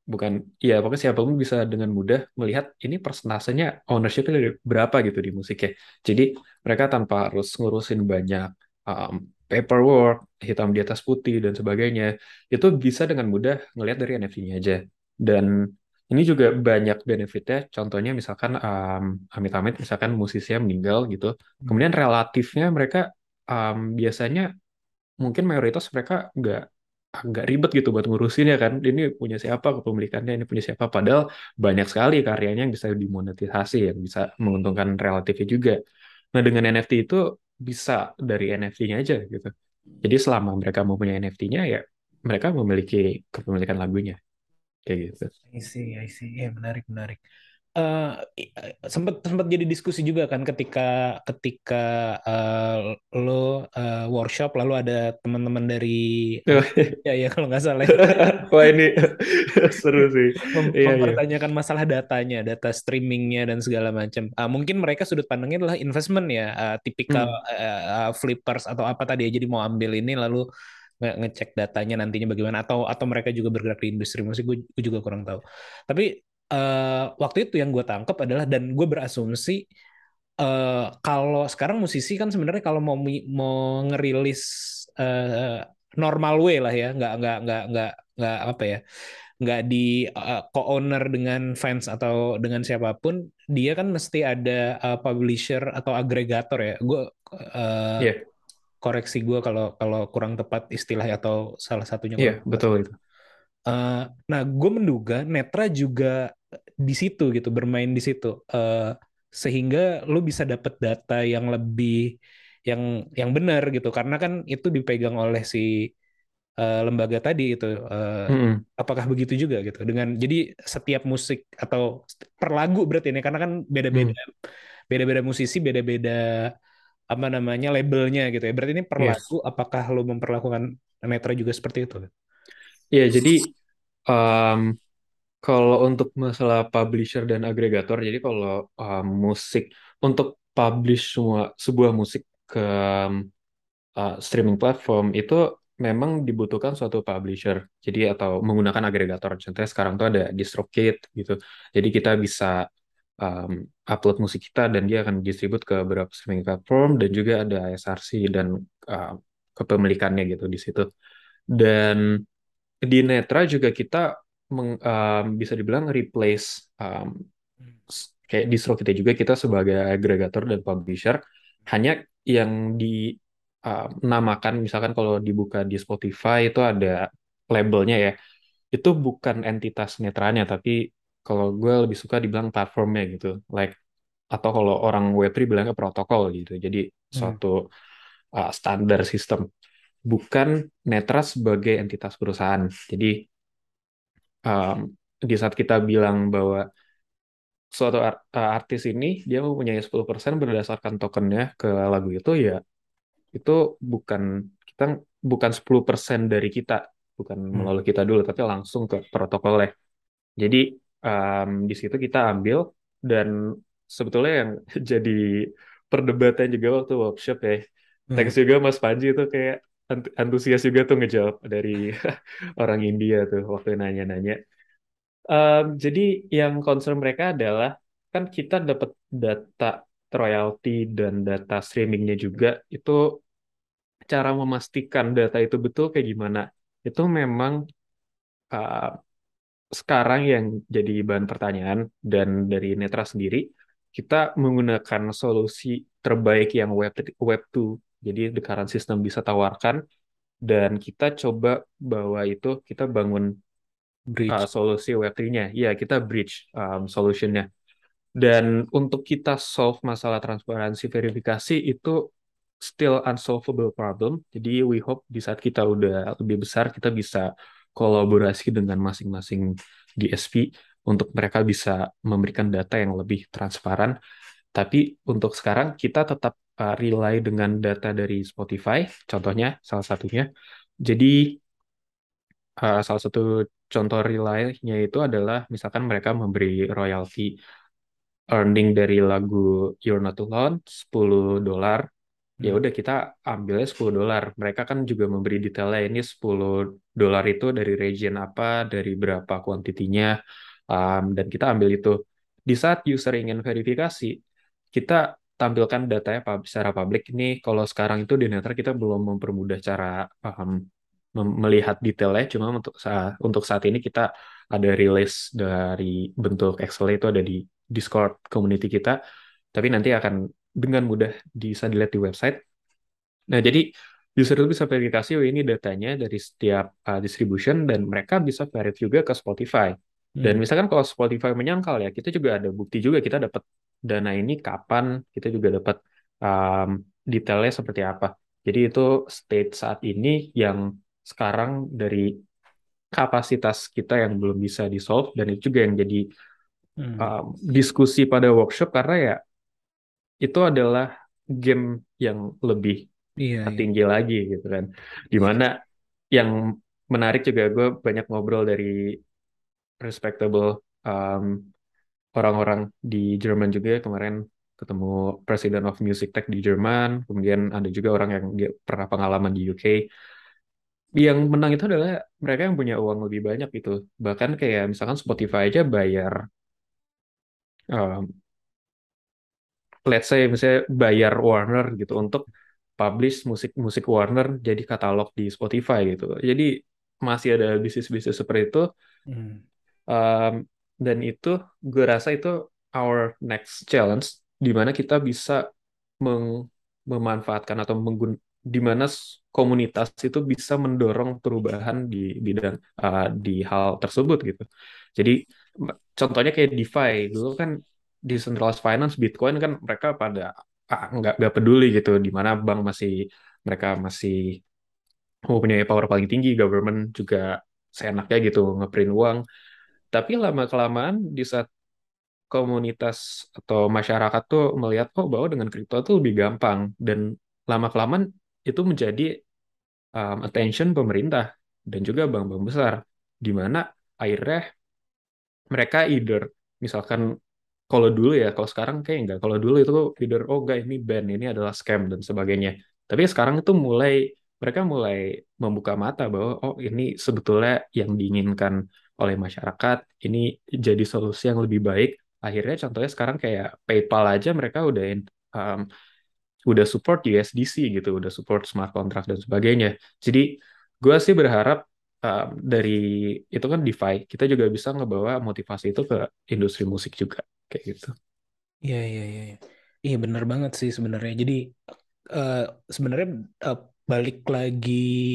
bukan, ya pokoknya siapapun bisa dengan mudah melihat ini persentasenya ownership-nya dari berapa gitu di musiknya. Jadi mereka tanpa harus ngurusin banyak um, paperwork, hitam di atas putih dan sebagainya, itu bisa dengan mudah ngelihat dari N F T-nya aja. Dan ini juga banyak benefitnya. Contohnya misalkan um, amit-amit misalkan musisinya meninggal gitu, kemudian relatifnya mereka um, biasanya mungkin mayoritas mereka nggak agak ribet gitu buat ngurusin ya kan. Ini punya siapa kepemilikannya, ini punya siapa. Padahal banyak sekali karyanya yang bisa dimonetisasi, yang bisa menguntungkan relatifnya juga. Nah dengan N F T itu bisa dari N F T-nya aja gitu. Jadi selama mereka mau punya N F T-nya ya mereka memiliki kepemilikan lagunya kayak gitu. I see, I see. Ya, menarik, menarik. Eh, i- eh, sempat sempat jadi diskusi juga kan ketika ketika eh, lo eh, workshop lalu ada teman-teman dari eh, ya ya kalau nggak salah Wah ini seru sih. mem- Iya iya. mempertanyakan masalah datanya, data streamingnya dan segala macam. Ah, mungkin mereka sudut pandangnya adalah investment ya, ah, tipikal Hmm. eh, ah, flippers atau apa tadi ya. Jadi mau ambil ini lalu nge- ngecek datanya nantinya bagaimana atau atau mereka juga bergerak di industri musik. Gue juga kurang tahu. Tapi eh, waktu itu yang gue tangkap adalah dan gue berasumsi eh, kalau sekarang musisi kan sebenarnya kalau mau mi- mau ngerilis eh, normal way lah ya, nggak nggak nggak nggak nggak apa ya, nggak di uh, co-owner dengan fans atau dengan siapapun, dia kan mesti ada uh, publisher atau agregator ya. Gue uh, Iya koreksi gue kalau kalau kurang tepat istilahnya atau salah satunya iya kurang tepat. betul itu. Uh, nah, gue menduga Netra juga di situ gitu, bermain di situ. Uh, sehingga lu bisa dapat data yang lebih yang yang benar gitu karena kan itu dipegang oleh si eh, lembaga tadi itu. Eh, Mm-mm. apakah begitu juga gitu? Dengan jadi setiap musik atau per lagu berarti ini karena kan beda-beda Mm. beda-beda musisi, beda-beda apa namanya labelnya gitu ya. Berarti ini per Iya lagu apakah lo memperlakukan Netra juga seperti itu? iya jadi um, kalau untuk masalah publisher dan agregator, jadi kalau um, musik untuk publish semua sebuah musik ke um, uh, streaming platform itu memang dibutuhkan suatu publisher. Jadi atau menggunakan agregator. Contohnya sekarang tuh ada DistroKid gitu. Jadi kita bisa um, upload musik kita dan dia akan distribut ke beberapa streaming platform dan juga ada S R C dan uh, kepemilikannya gitu di situ. Dan di Netra juga kita meng- um, bisa dibilang replace um, s- kayak distro kita juga kita sebagai agregator dan publisher hanya yang dinamakan misalkan kalau dibuka di Spotify itu ada labelnya ya itu bukan entitas netranya tapi kalau gue lebih suka dibilang platformnya gitu like atau kalau orang web tiga bilangnya protokol gitu jadi Hmm. suatu uh, standar sistem bukan netra sebagai entitas perusahaan jadi um, di saat kita bilang bahwa suatu art- uh, artis ini dia mempunyai sepuluh persen berdasarkan tokennya ke lagu itu ya itu bukan kita bukan sepuluh persen dari kita bukan Hmm. melalui kita dulu tapi langsung ke protokolnya jadi um, di situ kita ambil dan sebetulnya yang jadi perdebatan juga waktu workshop ya Hmm. thanks juga Mas Panji itu kayak ant- antusias juga tuh ngejawab dari orang India tuh waktu nanya-nanya. Um, jadi yang concern mereka adalah kan kita dapat data royalty dan data streamingnya juga itu cara memastikan data itu betul kayak gimana itu memang uh, sekarang yang jadi bahan pertanyaan dan dari Netra sendiri kita menggunakan solusi terbaik yang web web dua jadi the current system bisa tawarkan dan kita coba bawa itu kita bangun uh, Bridge. solusi web tiga-nya ya kita bridge um, solutionnya. Dan untuk kita solve masalah transparansi verifikasi itu still unsolvable problem. Jadi we hope di saat kita udah lebih besar kita bisa kolaborasi dengan masing-masing D S P untuk mereka bisa memberikan data yang lebih transparan. Tapi untuk sekarang kita tetap uh, rely dengan data dari Spotify, contohnya salah satunya. Jadi uh, salah satu contoh rely-nya itu adalah misalkan mereka memberi royalti earning dari lagu You're Not Alone sepuluh dolar ya Hmm. udah kita ambilnya sepuluh dolar. Mereka kan juga memberi detailnya ini sepuluh dolar itu dari region apa, dari berapa kuantitinya, um, dan kita ambil itu. Di saat user ingin verifikasi, kita tampilkan datanya pub- secara publik. Ini kalau sekarang itu di Netra kita belum mempermudah cara um, mem- melihat detailnya, cuma untuk saat, untuk saat ini kita ada rilis dari bentuk Excel itu ada di Discord community kita, tapi nanti akan dengan mudah bisa dilihat di website. Nah, jadi user itu bisa verifikasi, oh ini datanya dari setiap uh, distribution, dan mereka bisa verify juga ke Spotify. Dan Hmm. misalkan kalau Spotify menyangkal ya, kita juga ada bukti juga, kita dapat dana ini kapan, kita juga dapat um, detailnya seperti apa. Jadi itu state saat ini yang sekarang dari kapasitas kita yang belum bisa di-solve, dan itu juga yang jadi Hmm. um, diskusi pada workshop, karena ya itu adalah game yang lebih Iya, iya. tinggi lagi gitu kan. Dimana yang menarik juga, gue banyak ngobrol dari respectable um, orang-orang di Jerman juga. Kemarin ketemu President of Music Tech di Jerman, kemudian ada juga orang yang dia pernah pengalaman di U K. Yang menang itu adalah mereka yang punya uang lebih banyak gitu. Bahkan kayak misalkan Spotify aja bayar, um, let's say misalnya bayar Warner gitu untuk publish musik-musik Warner jadi katalog di Spotify gitu. Jadi masih ada bisnis-bisnis seperti itu. Hmm. Um, dan itu gue rasa itu our next challenge, di mana kita bisa meng- memanfaatkan atau menggun di mana s- komunitas itu bisa mendorong perubahan di bidang uh, di hal tersebut gitu. Jadi m- contohnya kayak DeFi dulu kan, decentralized finance, Bitcoin kan mereka pada ah, nggak nggak peduli gitu, di mana bank masih mereka masih mempunyai power paling tinggi, government juga seenaknya gitu ngeprint uang. Tapi lama-kelamaan di saat komunitas atau masyarakat tuh melihat, oh bahwa dengan kripto tuh lebih gampang, dan lama-kelamaan itu menjadi um, attention pemerintah dan juga bank-bank besar, di mana akhirnya mereka either misalkan, kalau dulu ya, kalau sekarang kayak enggak, kalau dulu itu either oh enggak ini ban, ini adalah scam dan sebagainya, tapi sekarang itu mulai mereka mulai membuka mata bahwa oh ini sebetulnya yang diinginkan oleh masyarakat, ini jadi solusi yang lebih baik. Akhirnya contohnya sekarang kayak PayPal aja mereka udah um, udah support U S D C gitu, udah support smart contract dan sebagainya. Jadi gue sih berharap um, dari itu kan DeFi, kita juga bisa ngebawa motivasi itu ke industri musik juga kayak gitu. Iya, iya, iya. Iya, Iya, benar banget sih sebenarnya. Jadi eh, sebenarnya eh, balik lagi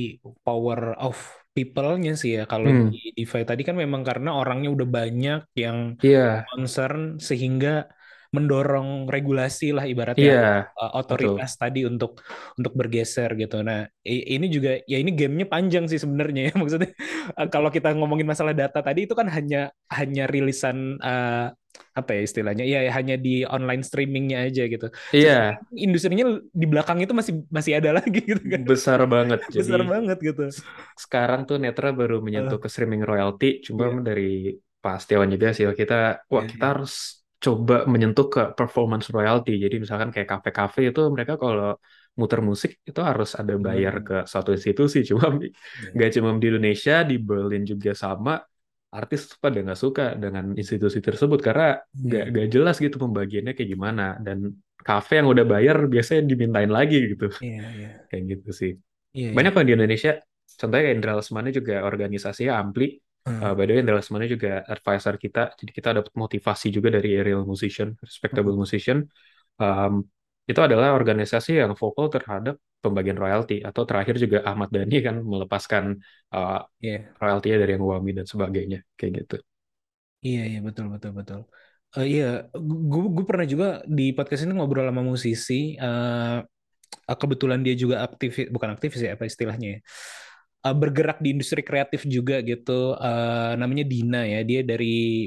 power of people-nya sih ya. Kalau di Hmm, DeFi tadi kan memang karena orangnya udah banyak yang iya, concern sehingga mendorong regulasi lah ibaratnya, iya, uh, betul. otoritas tadi untuk untuk bergeser gitu. Nah, i- ini juga ya ini gamenya panjang sih sebenarnya ya. Maksudnya uh, kalau kita ngomongin masalah data tadi itu kan hanya hanya rilisan uh, apa ya istilahnya? Iya, ya, hanya di online streamingnya aja gitu. Sebenarnya Iya, industrinya di belakang itu masih masih ada lagi gitu kan. besar banget. Jadi Besar banget gitu. s- sekarang tuh Netra baru Uh, menyentuh ke streaming royalty, cuma iya, dari Pak Setiawan juga sih kita, iya, wah kita iya. harus coba menyentuh ke performance royalty. Jadi misalkan kayak kafe-kafe itu mereka kalau muter musik itu harus ada bayar Benar. ke satu institusi. Cuma Iya, nggak cuma di Indonesia, di Berlin juga sama. Artis pada nggak suka dengan institusi tersebut karena nggak iya, nggak jelas gitu pembagiannya kayak gimana. Dan kafe yang udah bayar biasanya dimintain lagi gitu. iya, iya, Kayak gitu sih. iya, iya. Banyak kok di Indonesia. Contohnya kayak Indra Lesmana juga organisasinya Ampli. Uh, Uh, by the way, Indra Lesmana juga advisor kita. Jadi kita dapat motivasi juga dari real musician, respectable uh, musician. Um, itu adalah organisasi yang vokal terhadap pembagian royalti. Atau terakhir juga Ahmad Dhani kan melepaskan uh, iya. royaltinya dari yang Wami dan sebagainya. Kayak gitu. Iya, iya, betul, betul, betul. Eh, iya, gue gue pernah juga di podcast ini ngobrol sama musisi. eh Kebetulan dia juga aktif, bukan aktivis ya, apa istilahnya ya? Eh, bergerak di industri kreatif juga gitu. Eh, namanya Dina ya. Dia dari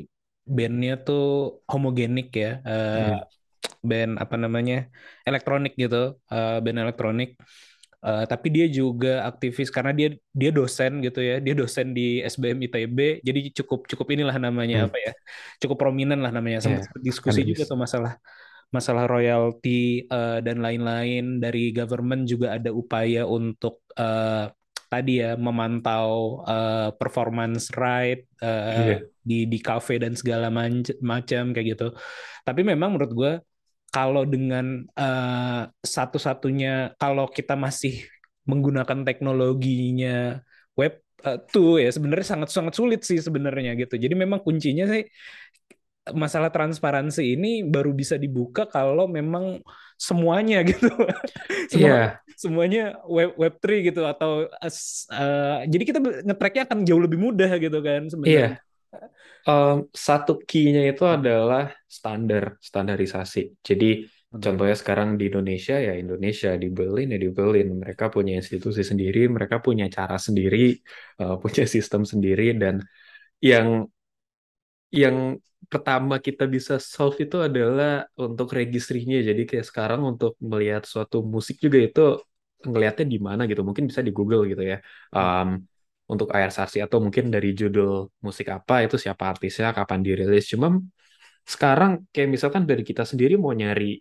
bandnya tuh Homogenik ya. Eh, Hmm. band apa namanya? Elektronik gitu. Eh, band elektronik. Eh, tapi dia juga aktivis karena dia dia dosen gitu ya. Dia dosen di S B M I T B. Jadi cukup cukup inilah namanya Hmm. apa ya? Cukup prominent lah namanya. Sempat Ya, sempat diskusi juga akademis. tuh masalah masalah royalti eh, dan lain-lain dari government juga ada upaya untuk eh, tadi ya memantau eh, performance right eh, Iya, di di cafe dan segala manc- macam kayak gitu. Tapi memang menurut gue kalau dengan eh, satu-satunya kalau kita masih menggunakan teknologinya web eh, tuh ya sebenarnya sangat sangat sulit sih sebenarnya gitu. Jadi memang kuncinya sih masalah transparansi ini baru bisa dibuka kalau memang semuanya gitu. Semua iya, semuanya web web tiga gitu atau as- eh, jadi kita ngetracknya akan jauh lebih mudah gitu kan sebenarnya. iya. Em, satu key-nya itu adalah standar, standarisasi. Jadi Betul. contohnya sekarang di Indonesia ya Indonesia, di Berlin ya di Berlin. Mereka punya institusi sendiri, mereka punya cara sendiri, eh, punya sistem sendiri, dan yang yang pertama kita bisa solve itu adalah untuk registrinya. Jadi kayak sekarang untuk melihat suatu musik juga itu ngelihatnya di mana gitu. Mungkin bisa di Google gitu ya. Um, untuk A R Sarsi atau mungkin dari judul musik apa itu siapa artisnya, kapan dirilis. Cuma sekarang kayak misalkan dari kita sendiri mau nyari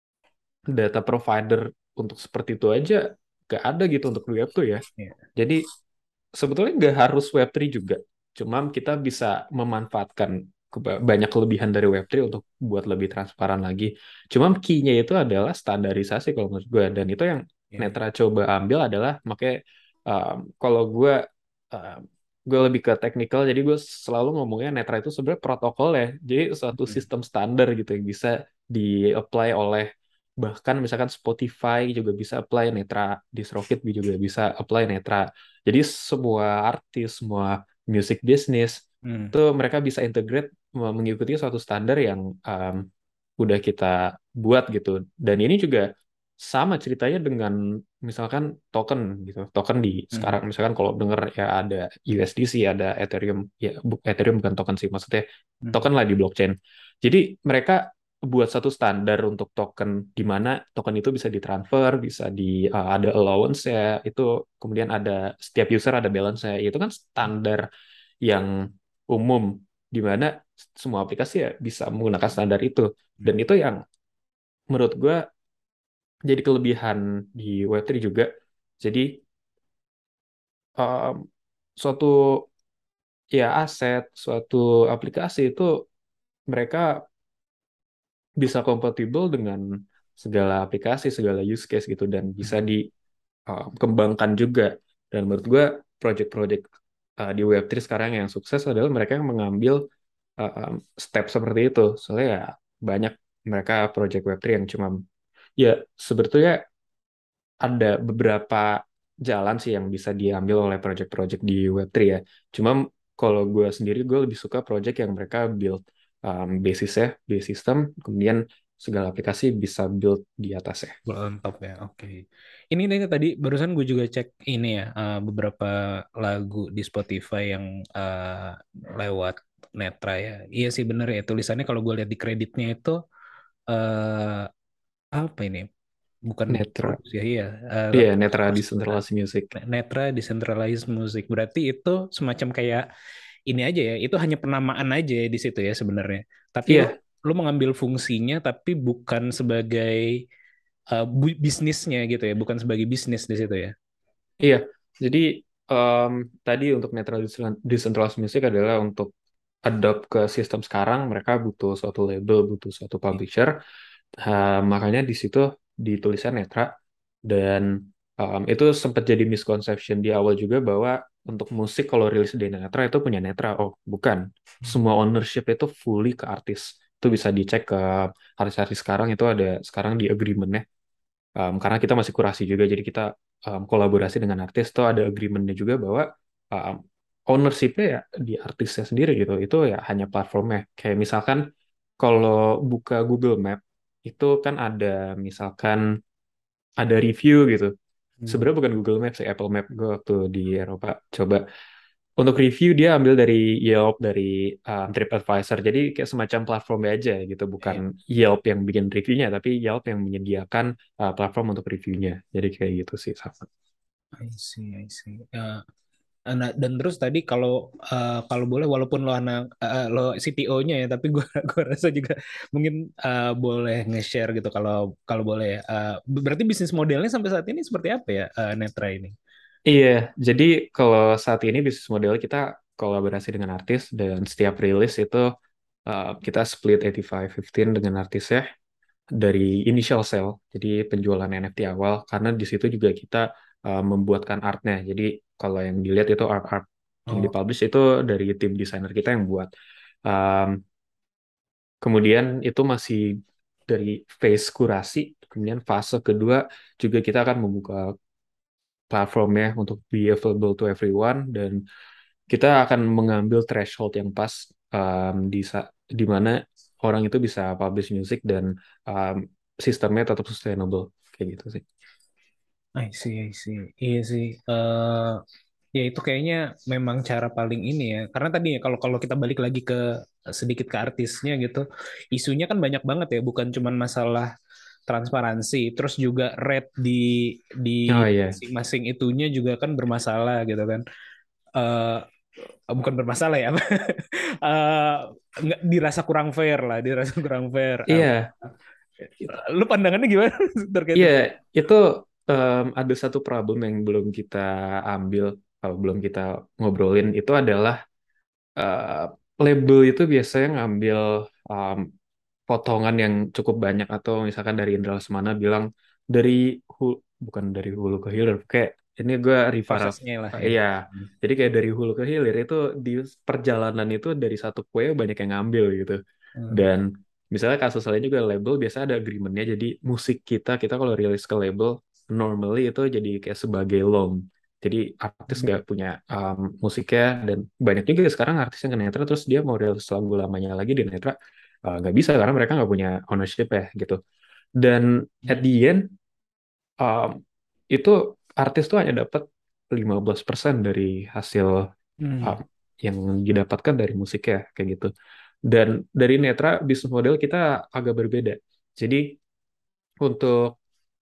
data provider untuk seperti itu aja gak ada gitu untuk web tuh ya. Iya. Jadi sebetulnya nggak harus web tiga juga. Cuma kita bisa memanfaatkan keba- banyak kelebihan dari web tiga untuk buat lebih transparan lagi. Cuma key-nya itu adalah standarisasi kalau menurut gue. Dan itu yang Iya, iya. Netra coba ambil adalah makanya um, kalau gue um, gue lebih ke teknikal, jadi gue selalu ngomongnya Netra itu sebenarnya protokol ya. Jadi suatu Hmm. sistem standar gitu yang bisa di-apply oleh bahkan misalkan Spotify juga bisa apply Netra, DistroKid juga bisa apply Netra. Jadi semua artis, semua music business Hmm. itu mereka bisa integrate mengikuti suatu standar yang um, udah kita buat gitu. Dan ini juga sama ceritanya dengan misalkan token gitu. Token di Hmm. sekarang misalkan kalau denger ya ada U S D C, ada Ethereum, ya bu- Ethereum bukan token sih, maksudnya Hmm. token lah di blockchain. Jadi mereka buat satu standar untuk token di mana token itu bisa ditransfer, bisa di uh, ada allowance ya, itu kemudian ada setiap user ada balance ya. Itu kan standar yang umum di mana semua aplikasi ya bisa menggunakan standar itu. Dan itu yang menurut gue jadi kelebihan di web tiga juga. Jadi um, suatu ya aset, suatu aplikasi itu mereka bisa kompatibel dengan segala aplikasi, segala use case gitu dan bisa dikembangkan juga. Dan menurut gue project-project uh, di web tiga sekarang yang sukses adalah mereka yang mengambil uh, um, step seperti itu. Soalnya ya banyak mereka project web tiga yang cuma ya sebetulnya ada beberapa jalan sih yang bisa diambil oleh project-project di web tiga ya. Cuma kalau gue sendiri gue lebih suka project yang mereka build um, basisnya, base system, kemudian segala aplikasi bisa build di atasnya. On top ya, oke. Ini nih tadi barusan gue juga cek ini ya eh, beberapa lagu di Spotify yang eh, lewat Netra ya. Iya sih bener ya tulisannya kalau gue lihat di kreditnya itu eh apa ini? Bukan Netra, produksi ya, iya. Eh, iya tapi Netra personal. Decentralized Music. Netra Decentralized Music. Berarti itu semacam kayak ini aja ya. Itu hanya penamaan aja ya di situ ya sebenarnya. Tapi lu Iya, lu mengambil fungsinya tapi bukan sebagai uh, bu- bisnisnya gitu ya, bukan sebagai bisnis di situ ya. iya. Jadi um, tadi untuk Netra Decentralized Music adalah untuk adopt ke sistem sekarang mereka butuh suatu label, butuh suatu publisher. Uh, makanya di situ dituliskan Netra dan um, itu sempat jadi misconception di awal juga bahwa untuk musik kalau rilis di Netra itu punya Netra. Oh, bukan. Semua ownership itu fully ke artis. Itu bisa dicek ke artis-artis sekarang itu ada sekarang di agreement-nya. Um, karena kita masih kurasi juga, jadi kita um, kolaborasi dengan artis. Itu ada agreement-nya juga bahwa um, ownership-nya ya di artisnya sendiri gitu. Itu ya hanya platformnya. Kayak misalkan kalau buka Google Map itu kan ada misalkan ada review gitu. Hmm. Sebenarnya bukan Google Maps, sih, Apple Map. Gue waktu di Eropa coba untuk review dia ambil dari Yelp, dari um, TripAdvisor. Jadi kayak semacam platform aja gitu, bukan Iya, Yelp yang bikin reviewnya, tapi Yelp yang menyediakan uh, platform untuk reviewnya. Jadi kayak gitu sih sama. I see, I see. Ya, Nah, dan terus tadi kalau eh, kalau boleh walaupun lo anak eh, lo C T O-nya ya, tapi gue gue rasa juga mungkin eh, boleh nge-share gitu kalau kalau boleh ya. Eh, berarti bisnis modelnya sampai saat ini seperti apa ya, eh, Netra ini? Iya, jadi kalau saat ini bisnis model kita kolaborasi dengan artis dan setiap rilis itu uh, kita split delapan puluh lima lima belas dengan artisnya dari initial sale, jadi penjualan N F T awal, karena di situ juga kita uh, membuatkan artnya. Jadi kalau yang dilihat itu art-art yang Oh, dipublish itu dari tim desainer kita yang buat. Um, Kemudian itu masih dari phase kurasi, kemudian fase kedua juga kita akan membuka platformnya untuk be available to everyone dan kita akan mengambil threshold yang pas um, di sa- di mana orang itu bisa publish music dan um, sistemnya tetap sustainable kayak gitu sih. I see, I see. Iya sih. Eh ya itu kayaknya memang cara paling ini ya. Karena tadi ya kalau kalau kita balik lagi ke sedikit ke artisnya gitu, isunya kan banyak banget ya. Bukan cuman masalah transparansi, terus juga rate di di Oh iya, masing-masing itunya juga kan bermasalah gitu kan. Eh bukan bermasalah ya, Eh, nggak dirasa kurang fair lah, dirasa kurang fair. Eh, iya, lu pandangannya gimana terkait iya itu? itu um, ada satu problem yang belum kita ambil, kalau belum kita ngobrolin itu adalah uh, label itu biasanya ngambil um, potongan yang cukup banyak atau misalkan dari Indra Lesmana bilang dari hulu, bukan dari hulu ke hilir kayak ini gue referral Prosesnya lah uh, ya. iya jadi kayak dari hulu ke hilir itu di perjalanan itu dari satu kue banyak yang ngambil gitu Hmm. dan misalnya kasus lain juga label biasa ada agreementnya jadi musik kita kita kalau rilis ke label normally itu jadi kayak sebagai loan jadi artis nggak punya um, musiknya dan banyak juga sekarang artis yang ke Netra terus dia mau rilis lagu lamanya lagi di Netra uh, nggak bisa karena mereka nggak punya ownership ya gitu. Dan at the end um, itu artis tuh hanya dapat lima belas persen dari hasil um, Hmm. yang didapatkan dari musiknya kayak gitu. Dan dari Netra bisnis model kita agak berbeda. Jadi untuk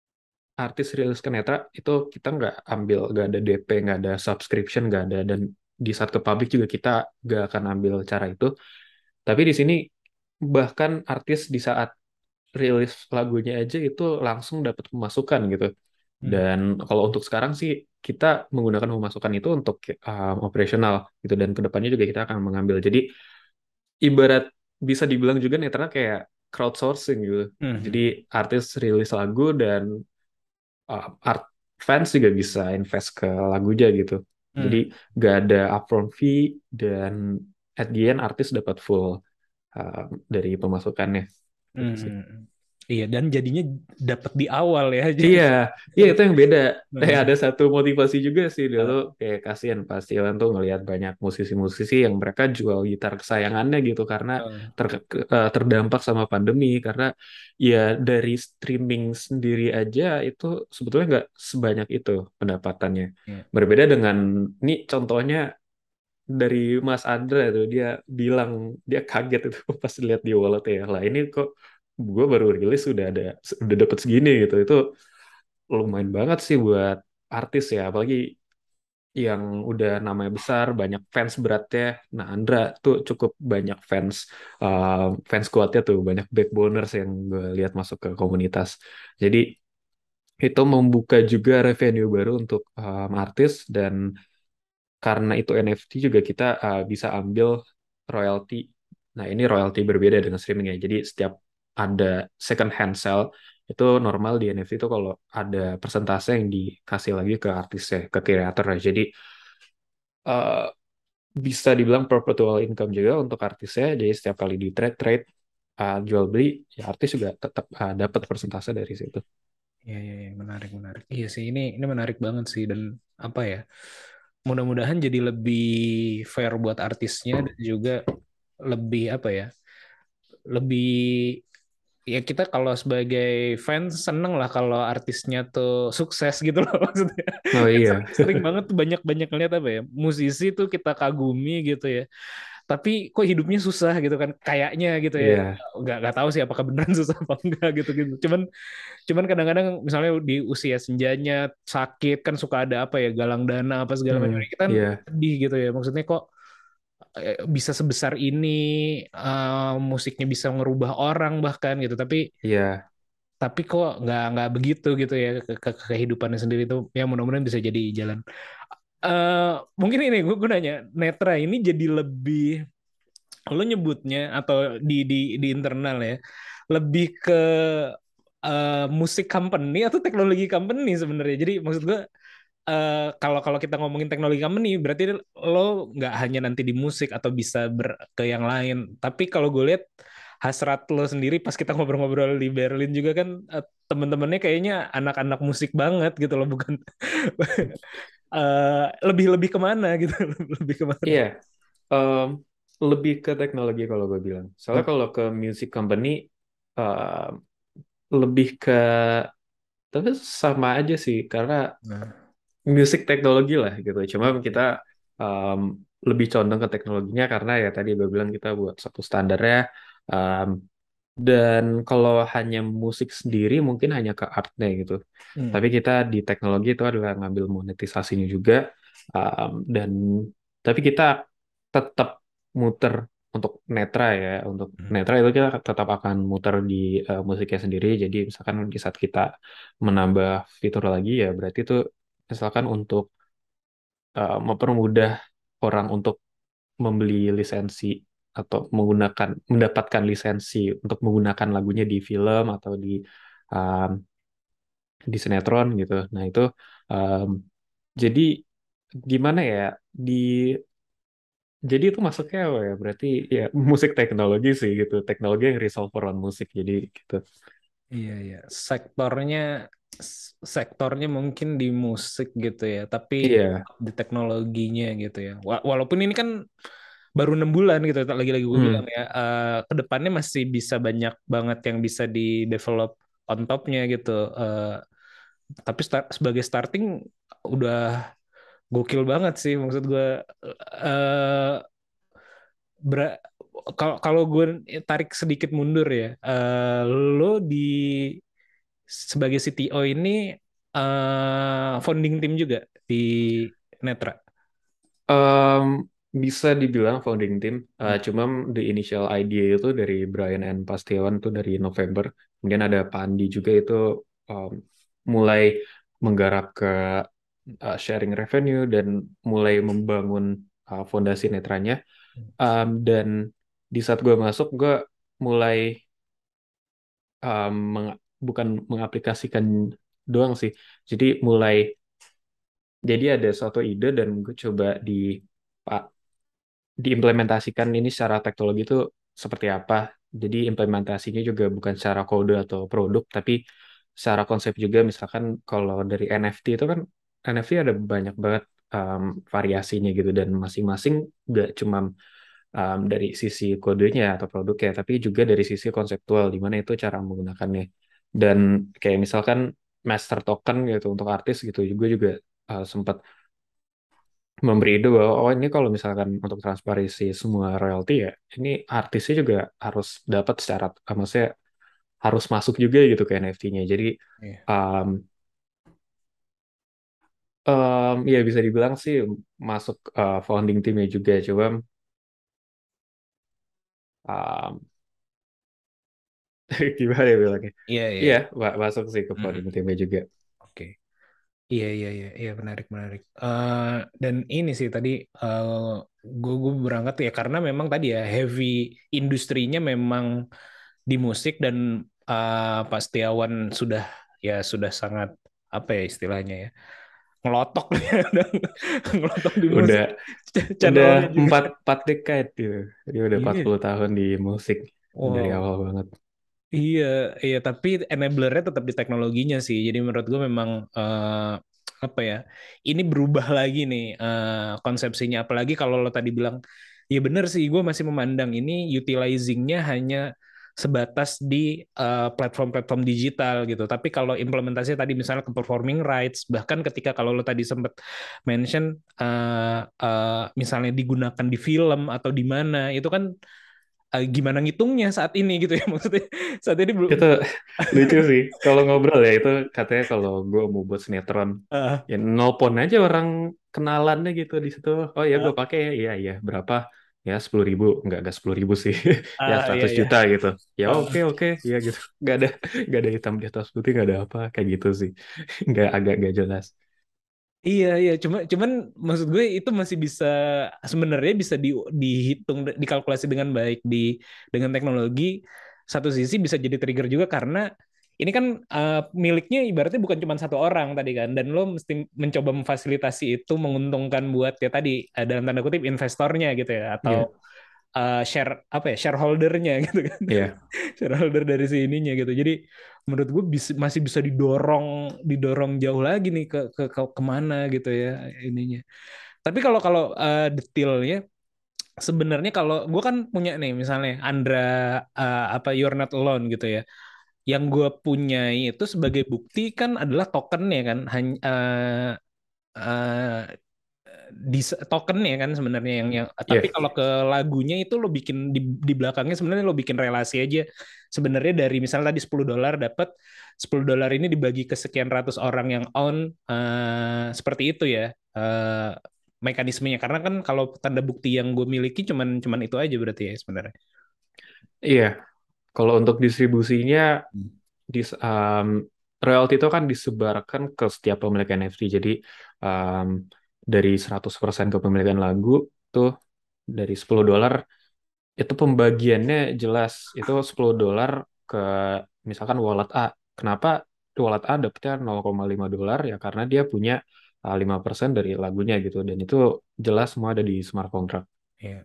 artis rilis ke Netra itu kita nggak ambil nggak ada D P nggak ada subscription nggak ada dan di saat ke publik juga kita nggak akan ambil cara itu. Tapi di sini bahkan artis di saat rilis lagunya aja itu langsung dapat pemasukan gitu. Hmm. Dan kalau untuk sekarang sih kita menggunakan pemasukan itu untuk um, operasional gitu dan kedepannya juga kita akan mengambil. Jadi ibarat bisa dibilang juga netral kayak crowdsourcing gitu. Jadi Hmm. artis rilis lagu dan uh, art fans juga bisa invest ke lagunya gitu. Jadi Hmm. gak ada upfront fee dan at the end artis dapat full uh, dari pemasukannya. Gitu sih. Hmm. Iya, dan jadinya dapat di awal ya. Jadi Iya, iya itu yang beda. Eh Nah, ada satu motivasi juga sih dulu eh, kayak kasihan pasti Iwan tuh ngelihat banyak musisi-musisi yang mereka jual gitar kesayangannya gitu karena eh, ter, eh, terdampak sama pandemi karena ya dari streaming sendiri aja itu sebetulnya nggak sebanyak itu pendapatannya. iya. Berbeda dengan ini contohnya dari Mas Andra tuh dia bilang dia kaget itu pas lihat di wallet ya lah ini kok gue baru rilis sudah ada udah dapat segini gitu itu lumayan banget sih buat artis ya apalagi yang udah namanya besar banyak fans beratnya nah Andra tuh cukup banyak fans uh, fans kuatnya tuh banyak backboners yang gue lihat masuk ke komunitas jadi itu membuka juga revenue baru untuk um, artis dan karena itu N F T juga kita uh, bisa ambil royalty. Nah, ini royalty berbeda dengan streaming ya. Jadi setiap ada second hand sale itu normal di N F T itu kalau ada persentase yang dikasih lagi ke artisnya, ke kreator. Jadi uh, bisa dibilang perpetual income juga untuk artisnya. Jadi setiap kali di trade trade uh, jual beli, ya artis juga tetap uh, dapat persentase dari situ. Iya, iya, iya, menarik, menarik. Iya sih, ini ini menarik banget sih dan apa ya? Mudah-mudahan jadi lebih fair buat artisnya dan juga lebih apa ya? Lebih ya kita kalau sebagai fans seneng lah kalau artisnya tuh sukses gitu loh maksudnya. Oh Kan iya, sering, sering banget tuh banyak-banyak ngeliat apa ya? Musisi tuh kita kagumi gitu ya. tapi kok hidupnya susah gitu kan kayaknya gitu ya. Iya. Nggak nggak tahu sih apakah beneran susah apa enggak gitu gitu. Cuman cuman kadang-kadang misalnya di usia senjanya sakit kan suka ada apa ya galang dana apa segala macam. Hmm, Ini kita kan iya. sedih gitu ya. Maksudnya kok eh, bisa sebesar ini eh, musiknya bisa ngerubah orang bahkan gitu. Tapi Iya. tapi kok nggak nggak begitu gitu ya ke, ke, ke kehidupannya sendiri tuh ya mudah-mudahan bisa jadi jalan. Eh mungkin ini gue, gue nanya Netra ini jadi lebih lo nyebutnya atau di di di internal ya lebih ke eh, musik company atau teknologi company sebenarnya. Jadi maksud gue eh, kalau kalau kita ngomongin teknologi company berarti lo nggak hanya nanti di musik atau bisa ber, ke yang lain. Tapi kalau gue lihat hasrat lo sendiri pas kita ngobrol-ngobrol di Berlin juga kan eh, teman-temannya kayaknya anak-anak musik banget gitu loh bukan eh, lebih lebih kemana gitu lebih kemana? Iya. Em, Lebih ke teknologi kalau gue bilang. Soalnya Oke. kalau ke music company em, lebih ke tapi sama aja sih karena Nah. musik teknologi lah gitu. Cuma kita em, lebih condong ke teknologinya karena ya tadi gue bilang kita buat satu standarnya. em, dan kalau hanya musik sendiri mungkin hanya ke artnya gitu. Hmm. Tapi kita di teknologi itu adalah ngambil monetisasinya juga. em, dan tapi kita tetap muter untuk netra ya. Untuk Hmm. netra itu kita tetap akan muter di eh, musiknya sendiri. Jadi misalkan di saat kita menambah fitur lagi ya berarti itu misalkan untuk eh, mempermudah orang untuk membeli lisensi atau menggunakan mendapatkan lisensi untuk menggunakan lagunya di film atau di um, di sinetron gitu. Nah itu um, jadi gimana ya di jadi itu masuknya apa ya berarti ya musik teknologi sih gitu teknologi yang resolve on musik jadi gitu. Iya, iya. Sektornya sektornya mungkin di musik gitu ya, tapi Iya. di teknologinya gitu ya. Wa- Walaupun ini kan baru enam bulan gitu, lagi-lagi gue bilang Hmm. ya, eh kedepannya masih bisa banyak banget yang bisa di develop on topnya gitu. Eh, tapi start, sebagai starting udah gokil banget sih, maksud gue. eh Bera- kalau kalau gue tarik sedikit mundur ya, eh, lo di sebagai C T O ini eh, founding team juga di Netra. Em, Bisa dibilang founding team, Hmm. eh, cuma the initial idea itu dari Brian and Pastion tuh dari November. Kemudian ada Pandi juga itu em, mulai menggarap ke eh, sharing revenue dan mulai membangun eh, fondasi netranya. Em, dan di saat gue masuk, gue mulai em, meng- bukan mengaplikasikan doang sih. Jadi mulai jadi ada suatu ide dan gue coba di diimplementasikan ini secara teknologi itu seperti apa. Jadi implementasinya juga bukan secara kode atau produk, tapi secara konsep juga. Misalkan kalau dari N F T itu kan N F T ada banyak banget um, variasinya gitu dan masing-masing gak cuma um, dari sisi kodenya atau produknya, tapi juga dari sisi konseptual di mana itu cara menggunakannya. Dan kayak misalkan master token gitu untuk artis gitu juga juga uh, sempat memberi ide bahwa oh ini kalau misalkan untuk transparansi semua royalti ya ini artisnya juga harus dapat secara eh, maksudnya harus masuk juga gitu ke N F T-nya jadi Iya. um, um, ya bisa dibilang sih masuk uh, founding teamnya juga coba um, gimana ya bilangnya Iya, iya, iya iya. ma- masuk sih ke Mm-mm. founding teamnya juga. Oke. Iya, iya, iya, iya, menarik, menarik. Eh, dan ini sih tadi gue gue berangkat ya karena memang tadi ya heavy industrinya memang di musik dan eh, Pak Setiawan sudah ya sudah sangat apa ya istilahnya ya ngelotok ya udah ngelotok di musik Udah udah channelnya juga. empat empat decade gitu dia udah empat Iya. puluh tahun di musik dari Wow. awal banget. Iya, iya, tapi enablernya tetap di teknologinya sih. Jadi menurut gue memang eh, apa ya? Ini berubah lagi nih eh, konsepsinya. Apalagi kalau lo tadi bilang, ya bener sih, gue masih memandang ini utilizingnya hanya sebatas di uh, platform-platform digital gitu. Tapi kalau implementasinya tadi misalnya ke performing rights, bahkan ketika kalau lo tadi sempat mention uh, uh, misalnya digunakan di film atau di mana, itu kan uh, gimana ngitungnya saat ini gitu ya maksudnya saat ini belum. Itu lucu sih. Kalau ngobrol ya itu katanya kalau gue mau buat sinetron, Uh, ya nelpon aja orang kenalannya gitu di situ. Oh ya gue uh, pakai ya, iya iya berapa? Ya sepuluh ribu, nggak nggak sepuluh ribu sih, ya uh, iya seratus iya. juta gitu. Ya oke Uh, oke, ya gitu. Nggak ada nggak ada hitam di atas putih, nggak ada apa kayak gitu sih. Nggak agak nggak jelas. Iya iya cuma cuman maksud gue itu masih bisa sebenarnya bisa di, dihitung dikalkulasi dengan baik di dengan teknologi satu sisi bisa jadi trigger juga karena ini kan uh, miliknya ibaratnya bukan cuma satu orang tadi kan dan lo mesti mencoba memfasilitasi itu menguntungkan buat ya tadi uh, dalam tanda kutip investornya gitu ya atau Iya uh, share apa ya shareholdernya gitu kan iya shareholder dari si ininya gitu jadi menurut gue bisa, masih bisa didorong didorong jauh lagi nih ke ke, ke kemana gitu ya ininya tapi kalau kalau uh, detailnya sebenarnya kalau gue kan punya nih misalnya Andra uh, apa You're Not Alone gitu ya yang gue punya itu sebagai bukti kan adalah tokennya kan hanya uh, uh, di token ya kan sebenarnya yang yang iya. tapi kalau ke lagunya itu lo bikin di di belakangnya sebenarnya lo bikin relasi aja sebenarnya dari misalnya tadi sepuluh dolar dapat sepuluh dolar ini dibagi ke sekian ratus orang yang own eh, seperti itu ya eh, mekanismenya karena kan kalau tanda bukti yang gue miliki cuman cuman itu aja berarti ya sebenarnya. Iya. Kalau untuk distribusinya, dis, um, royalti itu kan disebarkan ke setiap pemilik N F T. Jadi um, dari seratus persen kepemilikan lagu tuh dari sepuluh dolar itu pembagiannya jelas. Itu sepuluh dolar ke misalkan wallet A. Kenapa wallet A dapetnya nol koma lima dolar ya karena dia punya uh, lima persen dari lagunya gitu dan itu jelas semua ada di smart contract. Iya,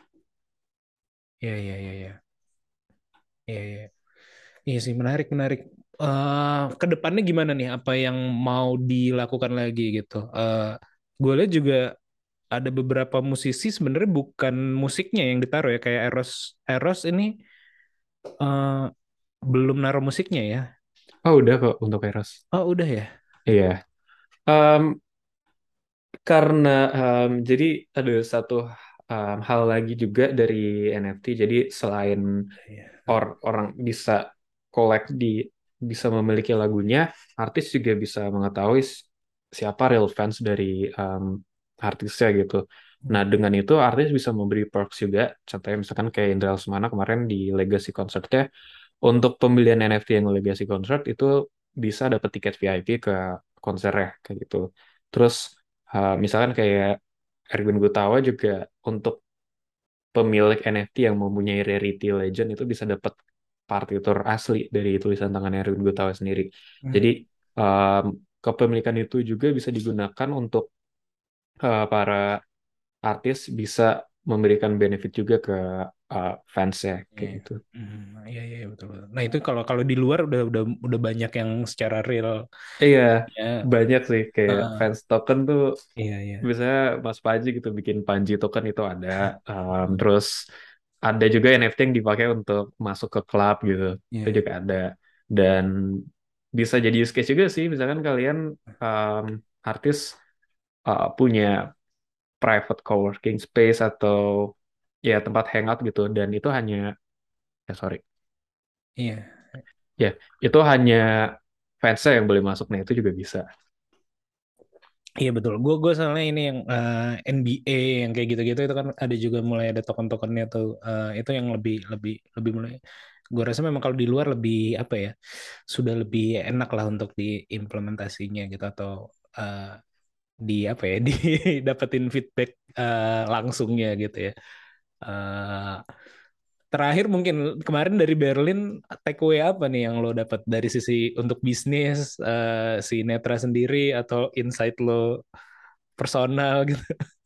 iya, iya, iya, iya, iya, iya. Iya sih menarik menarik. Eh ke depannya gimana nih? Apa yang mau dilakukan lagi gitu? Eh gue lihat juga ada beberapa musisi sebenarnya bukan musiknya yang ditaruh ya kayak Eros Eros ini eh belum naruh musiknya ya. Oh udah kok untuk Eros. Oh udah ya. Iya. Em, Karena em, jadi ada satu em, hal lagi juga dari N F T. Jadi selain Iya. or orang bisa collect di bisa memiliki lagunya, artis juga bisa mengetahui s- siapa real fans dari em, artisnya gitu. Nah, dengan itu artis bisa memberi perks juga. Contohnya misalkan kayak Indra Lesmana kemarin di Legacy Concertnya, untuk pembelian N F T yang Legacy Concert itu bisa dapat tiket V I P ke konsernya kayak gitu. Terus uh, misalkan kayak Erwin Gutawa juga untuk pemilik N F T yang mempunyai Rarity Legend itu bisa dapat partitur asli dari tulisan tangan Erwin Gutawa sendiri. Jadi um, kepemilikan itu juga bisa digunakan untuk uh, para artis bisa memberikan benefit juga ke uh, fansnya Iya. kayak gitu. Hmm, iya iya betul, betul. Nah itu kalau kalau di luar udah udah udah banyak yang secara real Iya, ya. banyak sih kayak Heeh. fans token tuh Iya iya. misalnya Mas Panji gitu bikin Panji token itu ada. Um, terus ada juga N F T yang dipakai untuk masuk ke klub gitu. Itu Iya. juga ada. Dan bisa jadi use case juga sih. Misalkan kalian um, artis uh, punya private coworking space atau ya tempat hangout gitu. Dan itu hanya, ya sorry, Iya. ya itu hanya fansnya yang boleh masuk. Nah itu juga bisa. Iya betul. Gue gue soalnya ini yang eh, N B A yang kayak gitu-gitu itu kan ada juga mulai ada token-tokennya tuh. Eh, itu yang lebih lebih lebih mulai. Gue rasa memang kalau di luar lebih apa ya sudah lebih enak lah untuk diimplementasinya gitu atau eh, di apa ya didapetin feedback eh, langsungnya gitu ya. Eh, Terakhir mungkin kemarin dari Berlin takeaway apa nih yang lo dapat dari sisi untuk bisnis eh, si Netra sendiri atau insight lo personal gitu.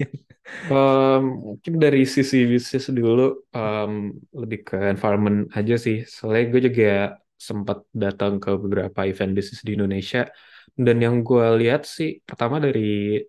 Um, mungkin dari sisi bisnis dulu um, lebih ke environment aja sih. Soalnya gue juga sempat datang ke beberapa event bisnis di Indonesia dan yang gue lihat sih pertama dari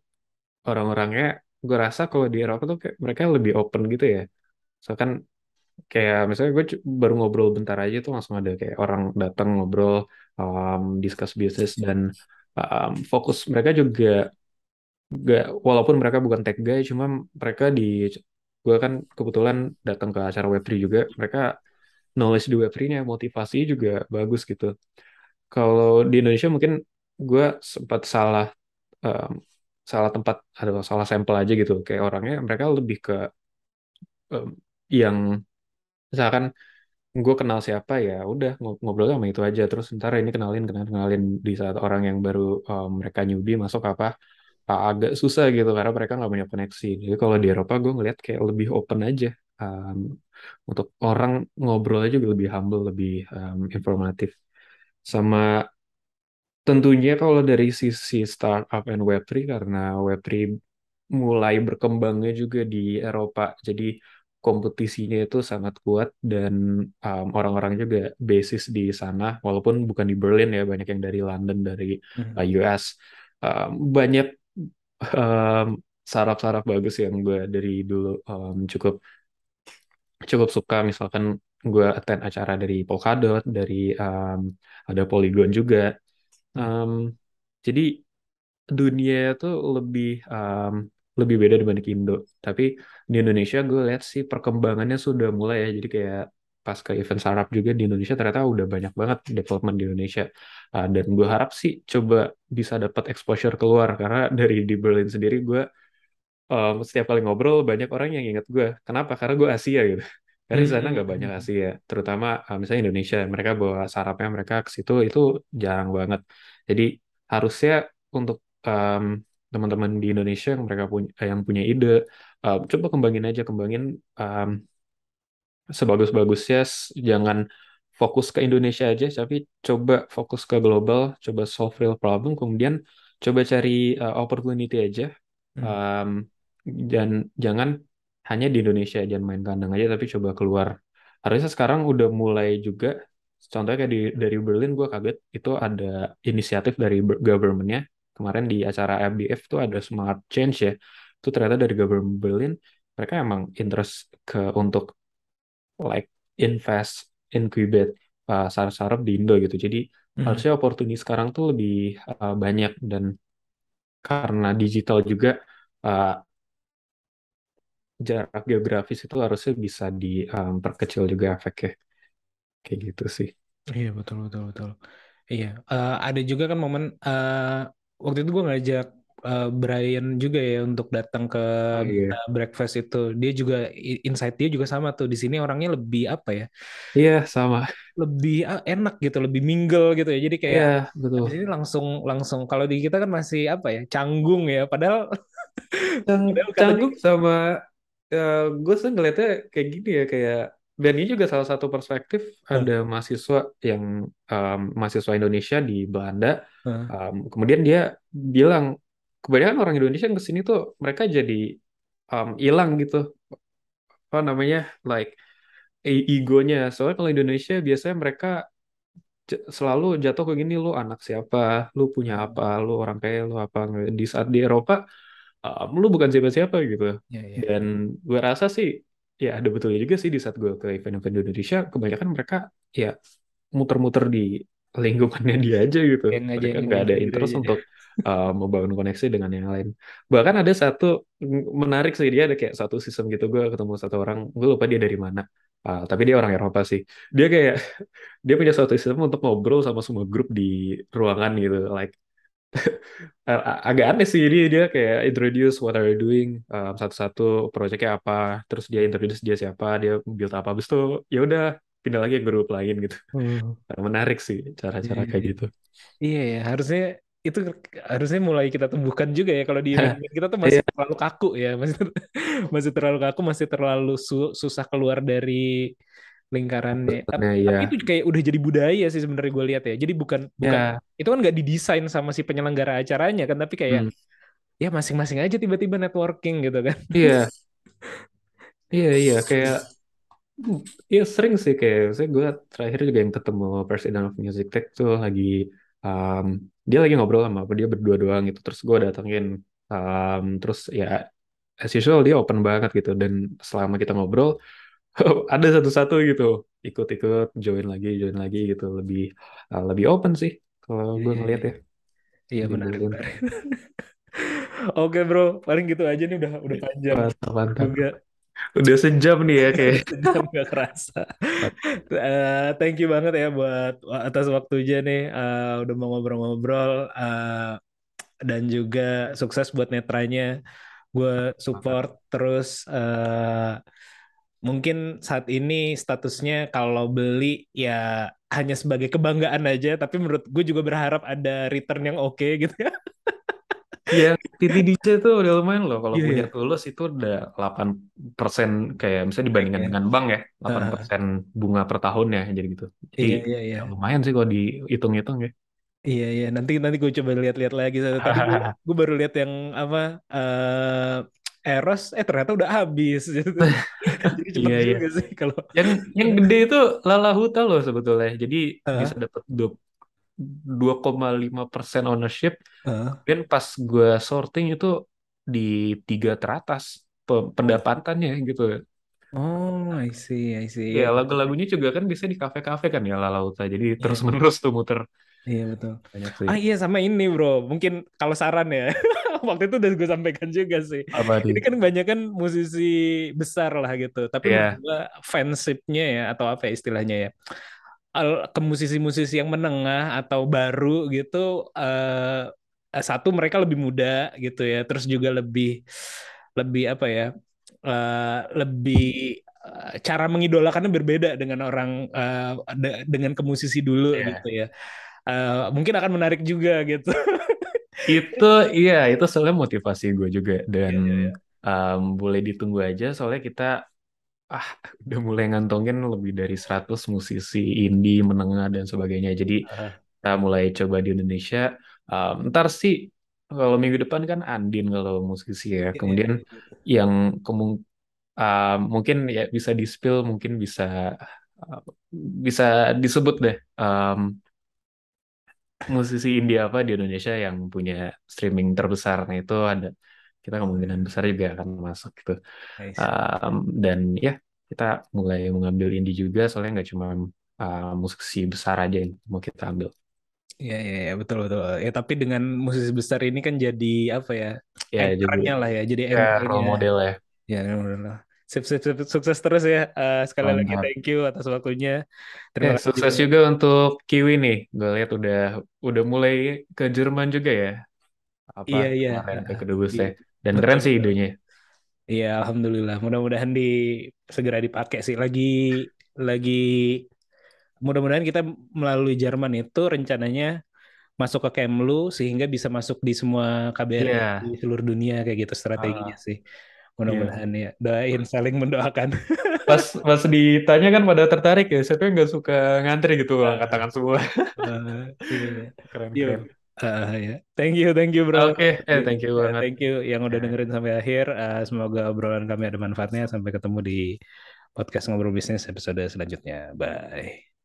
orang-orangnya, gue rasa kalau di Eropa tuh kayak mereka lebih open gitu ya. So kan Kayak misalnya gue cu- baru ngobrol bentar aja tuh langsung ada kayak orang datang ngobrol, um, discuss bisnis dan um, fokus mereka juga gak, walaupun mereka bukan tech guy, cuma mereka di gue kan kebetulan datang ke acara web tiga juga, mereka knowledge di web tiga-nya, motivasi juga bagus gitu. Kalau di Indonesia mungkin gue sempat salah um, salah tempat atau salah sampel aja gitu. Kayak orangnya mereka lebih ke um, yang misalkan gue kenal siapa ya udah ngob- ngobrol sama itu aja terus ntar ini kenalin kenalin kenalin di saat orang yang baru um, mereka newbie masuk apa a- agak susah gitu karena mereka nggak punya koneksi. Jadi kalau di Eropa gue ngeliat kayak lebih open aja, um, untuk orang ngobrolnya juga lebih humble, lebih um, informatif. Sama tentunya kalau dari sisi startup and web tiga karena web tiga mulai berkembangnya juga di Eropa. Jadi kompetisinya itu sangat kuat dan um, orang-orang juga basis di sana walaupun bukan di Berlin ya, banyak yang dari London, dari Hmm. uh, U S. Um, banyak um, saraf-saraf bagus yang gue dari dulu um, cukup cukup suka. Misalkan gue attend acara dari Polkadot, dari um, ada Polygon juga. Hmm. Um, jadi dunia itu lebih um, lebih beda dibanding Indo. Tapi di Indonesia gue lihat sih perkembangannya sudah mulai ya. Jadi kayak pas ke event startup juga di Indonesia ternyata udah banyak banget development di Indonesia. Uh, dan gue harap sih coba bisa dapat exposure keluar karena dari di Berlin sendiri gue um, setiap kali ngobrol banyak orang yang ingat gue. Kenapa? Karena gue Asia gitu. Karena di sana nggak banyak Hmm. Asia, terutama uh, misalnya Indonesia. Mereka bawa sarapnya mereka ke situ itu jarang banget. Jadi harusnya untuk um, teman-teman di Indonesia yang mereka punya yang punya ide, uh, coba kembangin aja, kembangin um, sebagus-bagusnya. S- jangan fokus ke Indonesia aja tapi coba fokus ke global, coba solve real problem, kemudian coba cari uh, opportunity aja. Hmm. Um, dan jangan hanya di Indonesia, jangan main kandang aja tapi coba keluar. Harusnya sekarang udah mulai juga, contohnya kayak di, dari Berlin gue kaget itu ada inisiatif dari ber- government-nya kemarin di acara F D F tuh ada Smart Change ya, itu ternyata dari government Berlin mereka emang interest ke untuk like invest, incubate uh, startup di Indo gitu. Jadi Hmm. harusnya opportunity sekarang tuh lebih uh, banyak dan karena digital juga, uh, jarak geografis itu harusnya bisa diperkecil juga efeknya kayak gitu sih. Iya, betul betul betul. Iya, Eh, ada juga kan momen eh, waktu itu gue ngajak eh, Brian juga ya untuk datang ke Oh iya, eh, breakfast itu. Dia juga i- insight dia juga sama tuh. Di sini orangnya lebih apa ya? iya sama, Lebih ah, enak gitu, lebih mingle gitu ya. Jadi kayak iya betul. habis ini langsung langsung kalau di kita kan masih apa ya? Canggung ya. Padahal Cang- padahal katanya Canggung sama, gue sih ngeliatnya kayak gini ya, kayak dan ini juga salah satu perspektif. eh, Ada mahasiswa yang um, mahasiswa Indonesia di Belanda, eh, um, kemudian dia bilang kebanyakan orang Indonesia yang kesini tuh mereka jadi um, hilang gitu apa namanya, like e- egonya. Soalnya kalau Indonesia biasanya mereka j- selalu jatuh ke gini, lu anak siapa, lu punya apa, lu orang kaya, lu apa. Di saat di Eropa um, lu bukan siapa-siapa gitu. ya ya Dan ya. gue rasa sih ya ada betulnya juga sih, di saat gue ke event-event di Indonesia kebanyakan mereka ya muter-muter di lingkungannya dia aja gitu. Yang aja Mereka yang nggak ada gitu-gitu interest aja. untuk uh, membangun koneksi dengan yang lain. Bahkan ada satu mm, menarik sih, dia ada kayak satu sistem gitu. Gue ketemu satu orang, gue lupa dia dari mana. Uh, tapi dia orang Eropa sih. Dia kayak dia punya suatu sistem untuk ngobrol sama semua grup di ruangan gitu. Like a- a- agak aneh sih, dia dia kayak introduce what are you doing, um, satu-satu projectnya apa, terus dia introduce dia siapa, dia build apa, habis itu ya udah pindah lagi ke grup lain gitu. Hmm. Nah, menarik sih cara-cara kayak Iya. gitu. Iya ya, harusnya itu harusnya mulai kita tumbuhkan juga ya kalau di lingkungan kita tuh masih Iya, terlalu kaku ya, masih masih terlalu kaku, masih terlalu su- susah keluar dari lingkarannya. Tapi, maksudnya ya, tapi itu kayak udah jadi budaya sih sebenarnya gue lihat ya. Jadi bukan bukan ya, itu kan nggak didesain sama si penyelenggara acaranya kan, tapi kayak hmm, ya masing-masing aja tiba-tiba networking gitu kan. iya, iya, iya, kayak hmm, iya sering sih, kayak saya gue terakhir juga yang ketemu President of Music Tech tuh lagi um, dia lagi ngobrol sama apa, dia berdua doang gitu, terus gue datengin, um, terus ya as usual dia open banget gitu, dan selama kita ngobrol ada satu-satu gitu, ikut-ikut, join lagi, join lagi gitu, lebih uh, lebih open sih kalau Iya, gue iya, ngeliat iya. ya Iya, menarik, dibanding. menarik. Oke bro, paling gitu aja nih, udah udah panjang Mantap, mantap. juga. Udah sejam nih ya kayak. Sejam gak kerasa. Eh, thank you banget ya buat atas waktunya nih. Eh, udah mau ngobrol-ngobrol. Eh, dan juga sukses buat netranya. Gue support terus. eh, mungkin saat ini statusnya kalau beli ya hanya sebagai kebanggaan aja. Tapi menurut gue juga berharap ada return yang oke gitu ya. Ya, T T D C tuh udah lumayan loh. Kalau Iya punya ya. Tulus itu udah delapan persen kayak misalnya Naik dibandingkan ya. dengan bank ya, delapan Heeh. persen bunga per tahun ya, jadi gitu. Jadi Iya iya iya. ya lumayan sih kalau dihitung-hitung ya. Iya iya nanti nanti gue coba lihat-lihat lagi. Tadi gue gue baru lihat yang apa eh Eros eh ternyata udah habis. Jadi cepet Iya, iya. juga sih kalau Yang yang gede itu Lala Huta loh sebetulnya. Jadi bisa Heeh, dapat dua koma lima persen ownership. heeh. Kemudian pas gue sorting itu di tiga teratas pe- pendapatannya gitu. Oh, I see, I see. Ya, Iya, lagu-lagunya juga kan bisa di kafe-kafe kan ya Lala Huta. Jadi iya, iya, terus-menerus tuh muter. iya, betul. Banyak sih. Ah iya sama ini bro, mungkin kalau saran ya, waktu itu udah gue sampaikan juga sih. Apa tuh? Ini kan banyak kan musisi besar lah gitu, tapi menurut Ya, gue fansipnya ya atau apa ya istilahnya ya, al- ke musisi-musisi yang menengah atau baru gitu, eh, satu mereka lebih muda gitu ya, terus juga lebih lebih apa ya, eh, lebih eh, cara mengidolakannya berbeda dengan orang eh, de- dengan ke musisi dulu ya. gitu ya. Eh, mungkin akan menarik juga gitu. Itu iya, itu soalnya motivasi gue juga dan Iya, iya, iya. um, boleh ditunggu aja soalnya kita ah udah mulai ngantongin lebih dari seratus musisi indie menengah dan sebagainya. Jadi Ah, kita mulai coba di Indonesia. Um, ntar sih kalau minggu depan kan Andin kalau musisi ya. iya, iya, Kemudian iya. yang kemung um, mungkin ya bisa di spill, mungkin bisa uh, bisa disebut deh um, musisi indie apa di Indonesia yang punya streaming terbesar. Nah itu ada kita kemungkinan besar juga akan masuk gitu. I see. Um, dan ya kita mulai mengambil indie juga soalnya nggak cuma uh, musisi besar aja yang mau kita ambil. Iya, iya, iya, betul, betul. Ya, tapi dengan musisi besar ini kan jadi apa ya, Ya jadi anchor-nya lah ya, jadi ya anchor-nya. role model ya. Ya, benar. Sip, sip, sip. Sukses terus ya. Eh, sekali lagi Mantap. thank you atas waktunya. Ya Terima kasih sukses juga. juga untuk Kiwi nih. Gue lihat udah udah mulai ke Jerman juga ya. Apa Iya, iya. kemarin ke Heeh. Kedubes Di, ya. Dan betul, keren sih betul. idenya. Iya, alhamdulillah. Mudah-mudahan di segera dipakai sih. Lagi, lagi. Mudah-mudahan kita melalui Jerman itu rencananya masuk ke Kemlu sehingga bisa masuk di semua K B R I di Iya. seluruh dunia kayak gitu strateginya Ah, sih. iya. Mudah-mudahan ya. Doain, saling mendoakan. Pas pas ditanya kan pada tertarik ya. Siapa yang nggak suka ngantri gitu angkat Ah, tangan semua. ah, iya. Keren Yuk. keren. Ah, ya. Thank you, thank you bro. Oke, eh thank you Ya, banget. thank you yang udah Ya. dengerin sampai akhir. Ah, semoga obrolan kami ada manfaatnya. Sampai ketemu di podcast Ngobrol Bisnis episode selanjutnya. Bye.